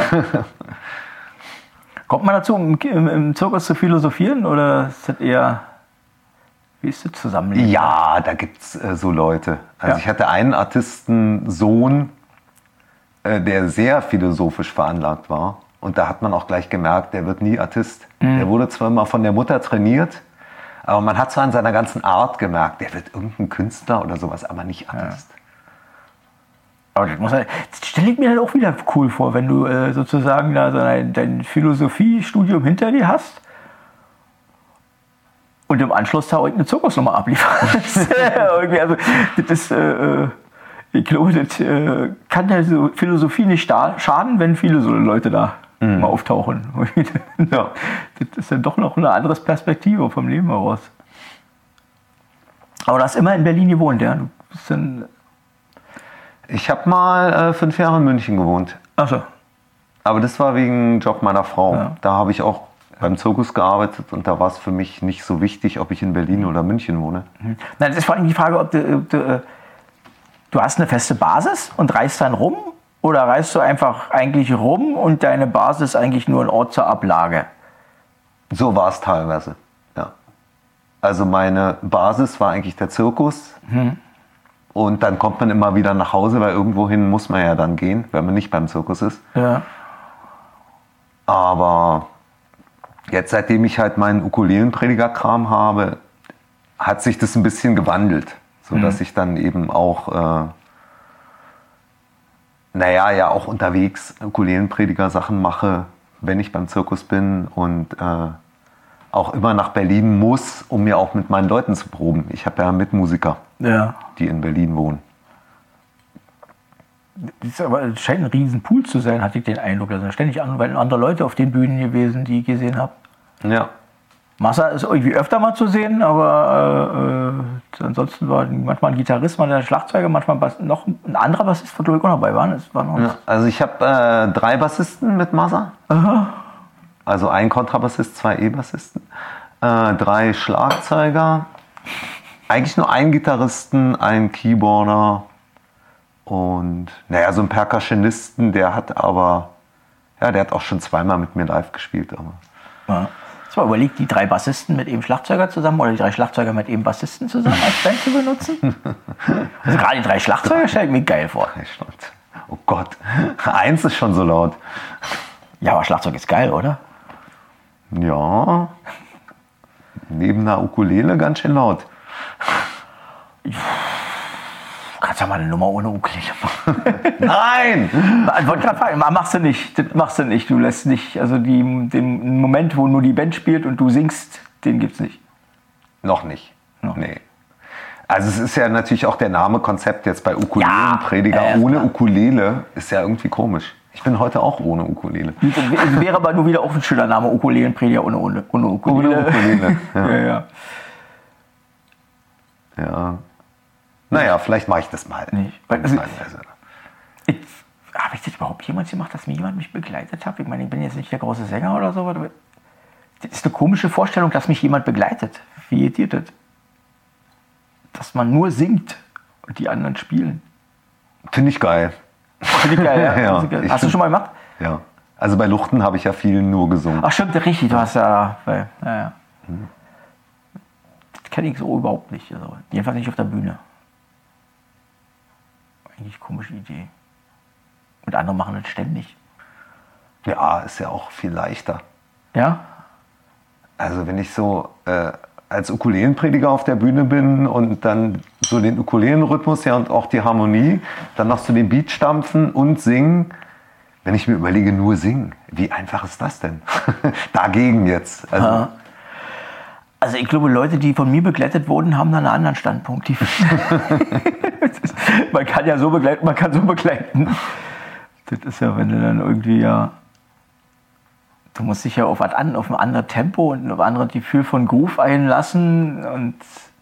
Kommt man dazu, im, im, im Zirkus zu philosophieren oder ist das eher, wie ist das Zusammenleben? Ja, da gibt es äh, so Leute. Also ja. ich hatte einen Artistensohn, äh, der sehr philosophisch veranlagt war. Und da hat man auch gleich gemerkt, der wird nie Artist. Mhm. Der wurde zwar immer von der Mutter trainiert, aber man hat so an seiner ganzen Art gemerkt, der wird irgendein Künstler oder sowas, aber nicht Artist. Ja. Aber das, muss, das stelle ich mir dann auch wieder cool vor, wenn du äh, sozusagen da so ein, dein Philosophiestudium hinter dir hast und im Anschluss da irgendeine Zirkusnummer abliefern. Das ist, äh, irgendwie, also, das ist, äh, ich glaube, das äh, kann der so Philosophie nicht schaden, wenn viele so Leute da mhm. mal auftauchen. Ja. Das ist dann doch noch eine andere Perspektive vom Leben heraus. Aber du hast immer in Berlin gewohnt, ja? Du bist dann ich habe mal äh, fünf Jahre in München gewohnt. Ach so. Aber das war wegen Job meiner Frau. Ja. Da habe ich auch beim Zirkus gearbeitet und da war es für mich nicht so wichtig, ob ich in Berlin oder München wohne. Mhm. Nein, das ist vor allem die Frage, ob du, ob du, äh, du hast eine feste Basis und reist dann rum oder reist du einfach eigentlich rum und deine Basis ist eigentlich nur ein Ort zur Ablage? So war es teilweise, ja. Also meine Basis war eigentlich der Zirkus. Mhm. Und dann kommt man immer wieder nach Hause, weil irgendwohin muss man ja dann gehen, wenn man nicht beim Zirkus ist. Ja. Aber jetzt, seitdem ich halt meinen Ukulelenprediger-Kram habe, hat sich das ein bisschen gewandelt. Sodass mhm. ich dann eben auch, äh, naja, ja auch unterwegs Ukulelenprediger-Sachen mache, wenn ich beim Zirkus bin. Und äh, auch immer nach Berlin muss, um mir auch mit meinen Leuten zu proben. Ich habe ja Mitmusiker, ja. die in Berlin wohnen. Das ist aber, es scheint ein riesen Pool zu sein, hatte ich den Eindruck. Da sind ständig andere Leute auf den Bühnen gewesen, die ich gesehen habe. Ja. Massa ist irgendwie öfter mal zu sehen, aber äh, ansonsten war manchmal ein Gitarrist, mal der Schlagzeuger, manchmal noch ein anderer Bassist, wo ich auch dabei war. Das war noch ja, also ich habe äh, drei Bassisten mit Massa. Aha. Also ein Kontrabassist, zwei E-Bassisten, äh, drei Schlagzeuger, eigentlich nur einen Gitarristen, einen Keyboarder und naja, so einen Percussionisten, der hat aber, ja, der hat auch schon zweimal mit mir live gespielt. Aber. Ja. So, überlegt, die drei Bassisten mit eben Schlagzeuger zusammen oder die drei Schlagzeuger mit eben Bassisten zusammen als Band zu benutzen? Also gerade die drei Schlagzeuger stelle ich mir geil vor. Oh Gott, eins ist schon so laut. Ja, aber Schlagzeug ist geil, oder? Ja, neben einer Ukulele ganz schön laut. Du kannst ja mal eine Nummer ohne Ukulele machen. Nein! Ich wollte gerade fragen, machst du nicht, das machst du nicht. Du lässt nicht, also die, den Moment, wo nur die Band spielt und du singst, den gibt's nicht. Noch nicht, Noch. Nee. Also es ist ja natürlich auch der Name Konzept jetzt bei Ukulelenprediger. Ja, äh, ohne Ukulele ist ja irgendwie komisch. Ich bin heute auch ohne Ukulele. Wäre aber nur wieder auch ein schöner Name, Ukulelenprediger ohne, ohne, ohne Ukulele. Ohne Ukulele, ja. ja, ja. Ja. Naja, vielleicht mache ich das mal. Nicht. Also, ich, habe ich das überhaupt jemals gemacht, dass mir jemand mich begleitet hat? Ich meine, ich bin jetzt nicht der große Sänger oder so. Aber das ist eine komische Vorstellung, dass mich jemand begleitet. Wie geht dir das? Dass man nur singt und die anderen spielen. Finde ich geil. Finde ich geil, ja. ja geil. ich Hast du schon mal gemacht? Ja. Also bei Luchten habe ich ja viel nur gesungen. Ach stimmt, richtig. Du hast ja... Weil, ja, ja. Hm. Das kenne ich so überhaupt nicht. Also, jedenfalls nicht auf der Bühne. Eigentlich komische Idee. Und andere machen das ständig. Ja, ist ja auch viel leichter. Ja? Also wenn ich so äh, als Ukulelenprediger auf der Bühne bin und dann so den Ukulelenrhythmus ja und auch die Harmonie, dann noch so den Beat stampfen und singen. Wenn ich mir überlege, nur singen, wie einfach ist das denn? Dagegen jetzt. Also, ja. Also ich glaube, Leute, die von mir begleitet wurden, haben da einen anderen Standpunkt. Die man kann ja so begleiten, man kann so begleiten. Das ist ja, wenn du dann irgendwie ja... Du musst dich ja auf, an, auf ein anderes Tempo und auf ein anderes Gefühl von Groove einlassen und...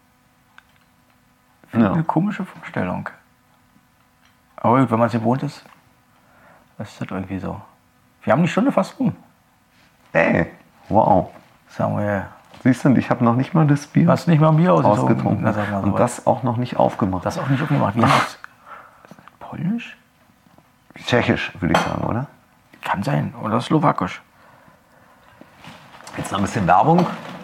Ja. Eine komische Vorstellung. Aber gut, wenn man es gewohnt ist, ist das irgendwie so. Wir haben die Stunde fast rum. Ey, wow. Sagen wir... Siehst du, ich habe noch nicht mal das Bier hast nicht mal ein Bier ausgetrunken. Das so und das auch noch nicht aufgemacht. Das auch nicht aufgemacht. Wie heißt Polnisch? Tschechisch, würde ich sagen, oder? Kann sein. Oder Slowakisch. Jetzt noch ein bisschen Werbung.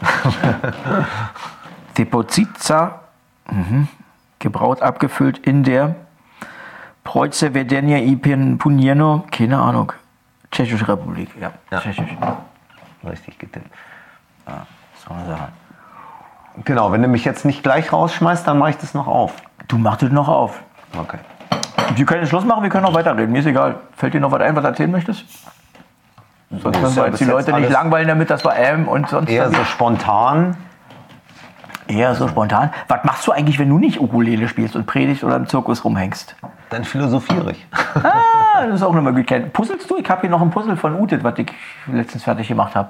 Teplitza, mhm. Gebraut, abgefüllt in der Preuße Vedenia i Punieno, keine Ahnung. Tschechische Republik, ja. ja. Tschechisch. Richtig getippt. Ja, so eine Sache. Genau, wenn du mich jetzt nicht gleich rausschmeißt, dann mache ich das noch auf. Du machst es noch auf. Okay. Wir können Schluss machen, wir können noch weiterreden. Mir ist egal. Fällt dir noch was ein, was du erzählen möchtest? Sonst können wir jetzt die Leute nicht langweilen damit, dass wir ähm und sonst... Eher so spontan. Eher so spontan. Was machst du eigentlich, wenn du nicht Ukulele spielst und predigst oder im Zirkus rumhängst? Dann philosophiere ich. Ah, das ist auch eine Möglichkeit. Puzzelst du? Ich habe hier noch ein Puzzle von Ute, was ich letztens fertig gemacht habe.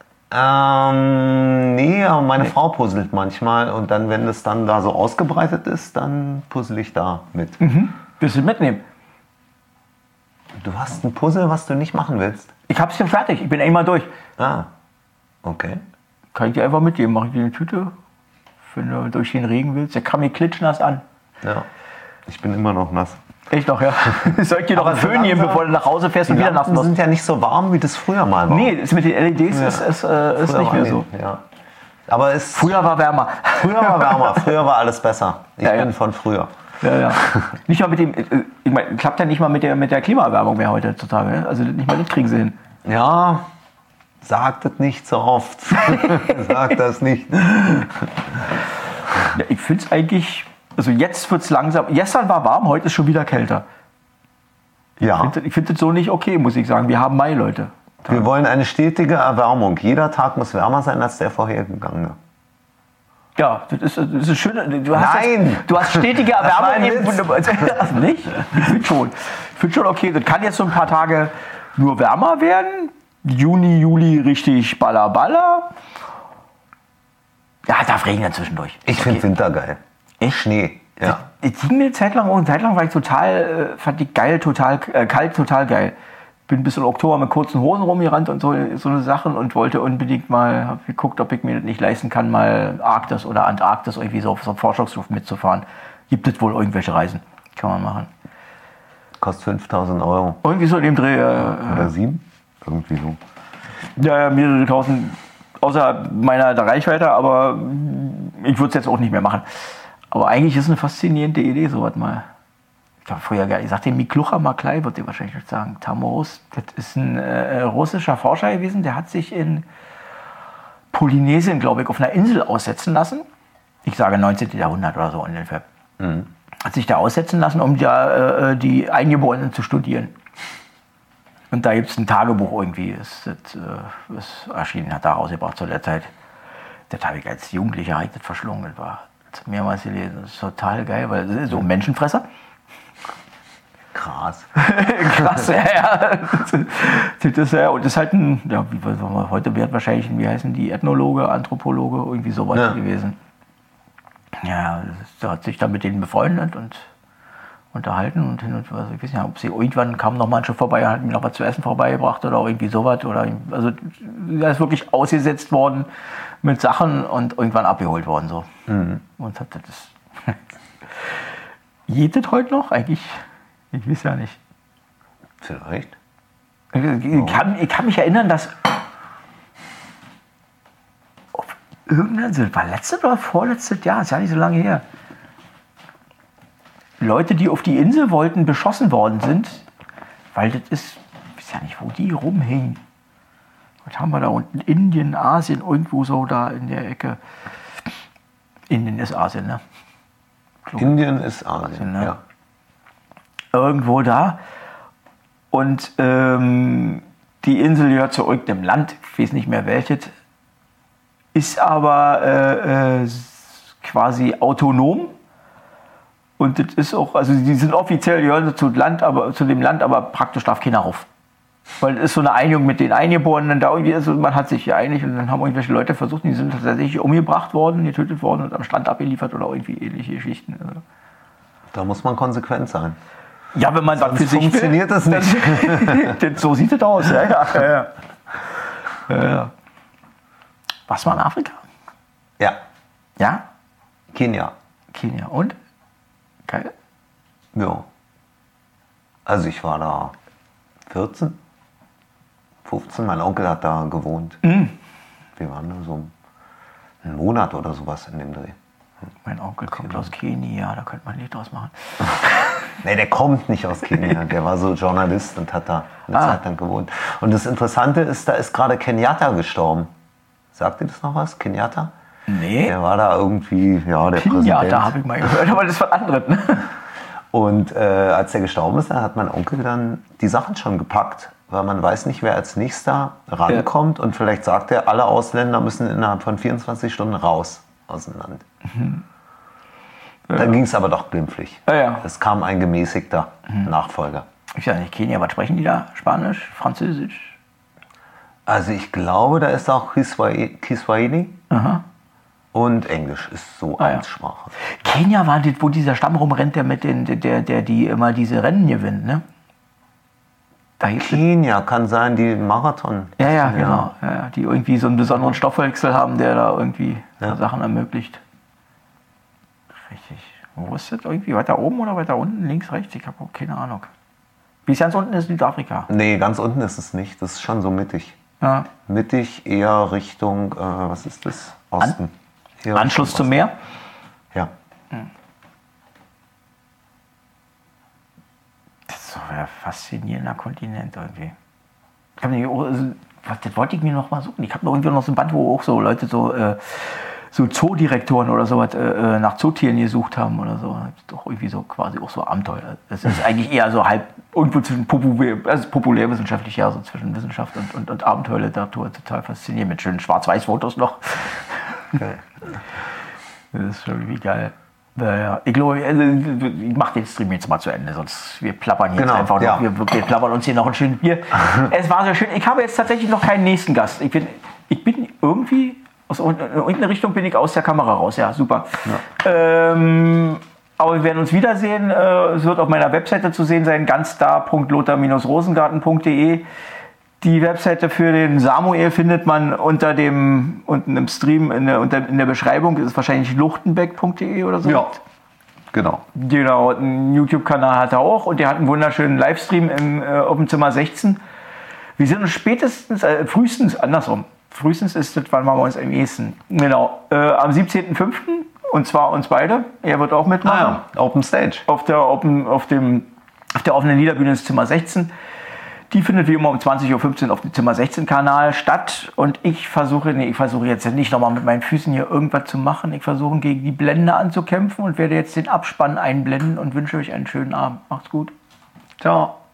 Ähm, nee, aber meine nee. Frau puzzelt manchmal und dann, wenn es dann da so ausgebreitet ist, dann puzzle ich da mit. Mhm. Willst du mitnehmen? Du hast ein Puzzle, was du nicht machen willst? Ich hab's schon fertig, ich bin einmal durch. Ah, okay. Kann ich dir einfach mitgeben, mache ich dir eine Tüte. Wenn du durch den Regen willst, der kam mir klitschnass an. Ja, ich bin immer noch nass. Echt noch, ja. Soll ich dir noch einen Föhn geben, bevor du nach Hause fährst und wieder nass musst? Die sind ja nicht so warm, wie das früher mal war. Nee, das mit den L E Ds ja. ist, ist, äh, ist nicht mehr die, so. Ja. Aber es früher war wärmer. Früher war wärmer, früher war alles besser. Ich ja, bin ja. von früher. Ja, ja. Nicht mal mit dem, ich meine, klappt ja nicht mal mit der, mit der Klimaerwärmung mehr heutzutage. Ne? Also nicht mal das kriegen sie hin. Ja, sagt das nicht so oft. Sagt das nicht. Ja, ich finde es eigentlich, also jetzt wird es langsam, gestern war warm, heute ist schon wieder kälter. Ja. Ich finde find das so nicht okay, muss ich sagen. Wir haben Mai, Leute. Wir wollen eine stetige Erwärmung. Jeder Tag muss wärmer sein als der vorhergegangene. Ja, das ist, das ist schön. Du hast Nein! Das, du hast stetige Erwärmung. Eben, nicht? Ich finde schon. Ich finde schon okay. Das kann jetzt so ein paar Tage nur wärmer werden. Juni, Juli richtig baller, baller. Ja, darf regnen zwischendurch. Ich finde okay. Winter geil. Echt? Schnee. Ja. Ich ging eine Zeit lang, eine Zeit lang war ich total, fand ich geil, total äh, kalt, total geil. Bin bis im Oktober mit kurzen Hosen rumgerannt und so, so eine Sachen und wollte unbedingt mal, habe geguckt, ob ich mir das nicht leisten kann, mal Arktis oder Antarktis irgendwie so auf so einem Forschungsflug mitzufahren. Gibt es wohl irgendwelche Reisen? Kann man machen. Kostet fünftausend Euro. Irgendwie so in dem Dreh. Äh, oder sieben? Irgendwie so. Ja, mehrere tausend außer meiner Reichweite, aber ich würde es jetzt auch nicht mehr machen. Aber eigentlich ist es eine faszinierende Idee, sowas mal. Ich habe früher gesagt, ich sagte Miklucha Maklai, wird ihr wahrscheinlich nicht sagen. Tamoros, das ist ein äh, russischer Forscher gewesen, der hat sich in Polynesien, glaube ich, auf einer Insel aussetzen lassen. Ich sage neunzehnten Jahrhundert oder so ungefähr. Mhm. Hat sich da aussetzen lassen, um da, äh, die Eingeborenen zu studieren. Und da gibt es ein Tagebuch irgendwie, das, das, das erschienen hat, da rausgebracht zu der Zeit. Das habe ich als Jugendlicher das verschlungen, das war mehrmals gelesen. Das ist total geil, weil das ist so ein Menschenfresser. Krass. Krass, ja, ja. Das ist, ja. Und das ist halt ein, ja, wie, heute wird wahrscheinlich, wie heißen die, Ethnologe, Anthropologe, irgendwie sowas ja. gewesen. Ja, da hat sich dann mit denen befreundet und unterhalten und hin und was. Ich weiß nicht, ob sie irgendwann kam noch manche vorbei, hat mir noch was zu essen vorbeigebracht oder irgendwie sowas. Oder, also, er ist wirklich ausgesetzt worden mit Sachen und irgendwann abgeholt worden. So. Mhm. Und hat das. Geht das heute noch? Eigentlich, ich weiß ja nicht. Vielleicht. Ich kann, ich kann mich erinnern, dass auf irgendeiner Insel, war letztes oder vorletztes Jahr, ist ja nicht so lange her, Leute, die auf die Insel wollten, beschossen worden sind, weil das ist, ich weiß ja nicht, wo die rumhingen. Was haben wir da unten? Indien, Asien, irgendwo so da in der Ecke. Indien ist Asien, ne? So. Indien ist Asien, Asien, ne? Ja. Irgendwo da. Und ähm, die Insel gehört zu irgendeinem Land, ich weiß nicht mehr welches, ist aber äh, äh, quasi autonom. Und das ist auch, also die sind offiziell, gehören zu, Land, aber, zu dem Land, aber praktisch darf keiner rauf. Weil es ist so eine Einigung mit den Eingeborenen, da irgendwie ist, man hat sich geeinigt und dann haben irgendwelche Leute versucht, die sind tatsächlich umgebracht worden, getötet worden und am Strand abgeliefert oder irgendwie ähnliche Geschichten. Also. Da muss man konsequent sein. Ja, wenn man Sonst für sich funktioniert will, das nicht. Dann, so sieht es aus, ja, ja, ja. ja, ja. Was war in Afrika? Ja. Ja? Kenia. Kenia. Und? Geil? Ja. Also ich war da vierzehn, fünfzehn, mein Onkel hat da gewohnt. Mhm. Wir waren da so einen Monat oder sowas in dem Dreh. Mein Onkel kommt genau. aus Kenia, da könnte man ein Lied draus machen. Nee, der kommt nicht aus Kenia, der war so Journalist und hat da eine ah. Zeit lang gewohnt. Und das Interessante ist, da ist gerade Kenyatta gestorben. Sagt ihr das noch was, Kenyatta? Nee. Der war da irgendwie, ja, der Präsident. Kenyatta habe ich mal gehört, aber das ist was anderes. Ne? Und äh, als der gestorben ist, dann hat mein Onkel dann die Sachen schon gepackt, weil man weiß nicht, wer als nächster rankommt. Ja. Und vielleicht sagt er, alle Ausländer müssen innerhalb von vierundzwanzig Stunden raus. aus dem Land. Mhm. Ja. Dann ging es aber doch glimpflich. Ja, ja. Es kam ein gemäßigter mhm. Nachfolger. Ich weiß nicht, Kenia, was sprechen die da? Spanisch, Französisch? Also ich glaube, da ist auch Kiswahili, Kiswahili. Aha. Und Englisch ist so Ah, ja. Amtssprache. Kenia war das, wo dieser Stamm rumrennt, der mit den, der, der die immer diese Rennen gewinnt, ne? Da Kenia kann sein, die Marathon. Ja, ja, genau. Ja, ja, die irgendwie so einen besonderen Stoffwechsel haben, der da irgendwie ja. Sachen ermöglicht. Richtig. Wo ist das? Irgendwie weiter oben oder weiter unten? Links, rechts? Ich habe keine Ahnung. Bis ganz unten ist Südafrika. Nee, ganz unten ist es nicht. Das ist schon so mittig. Ja. Mittig eher Richtung, äh, was ist das? Osten. An Anschluss zum Meer? Ja. Hm. Das ist doch ein faszinierender Kontinent irgendwie. Ich hab nicht, was, das wollte ich mir noch mal suchen. Ich habe noch irgendwie noch so ein Band, wo auch so Leute so, äh, so Zoodirektoren oder sowas äh, nach Zootieren gesucht haben oder so. Das ist doch irgendwie so quasi auch so Abenteuer. Das ist eigentlich eher so halb irgendwo zwischen populär, also populärwissenschaftlich, ja, so zwischen Wissenschaft und, und, und Abenteuerliteratur. Total faszinierend mit schönen Schwarz-Weiß-Fotos noch. Okay. Das ist schon irgendwie geil. Naja, ich glaube, ich mache den Stream jetzt mal zu Ende, sonst wir plappern jetzt genau, einfach noch. Ja. Wir, wir plappern uns hier noch ein schönes Bier. Es war sehr schön. Ich habe jetzt tatsächlich noch keinen nächsten Gast. Ich bin, ich bin irgendwie, aus irgendeiner Richtung bin ich aus der Kamera raus. Ja, super. Ja. Ähm, aber wir werden uns wiedersehen. Es wird auf meiner Webseite zu sehen sein, ganzstar punkt lothar Bindestrich rosengarten punkt de. Die Webseite für den Samuel findet man unter dem, unten im Stream, in der, unter, in der Beschreibung. Das ist wahrscheinlich luchtenbeck punkt de oder so. Ja, genau. Genau, einen YouTube-Kanal hat er auch und der hat einen wunderschönen Livestream im äh, Open Zimmer sechzehn. Wir sind uns spätestens, äh, frühestens, andersrum, frühestens ist das, wann machen wir uns am ehesten? Genau, äh, am siebzehnten fünften und zwar uns beide. Er wird auch mitmachen. Ah ja, Open Stage. Auf der, Open, auf dem, auf der offenen Liederbühne des Zimmer sechzehn. Die findet wie immer um zwanzig Uhr fünfzehn auf dem Zimmer sechzehn Kanal statt und ich versuche, nee, ich versuche jetzt nicht nochmal mit meinen Füßen hier irgendwas zu machen. Ich versuche gegen die Blende anzukämpfen und werde jetzt den Abspann einblenden und wünsche euch einen schönen Abend. Macht's gut. Ciao.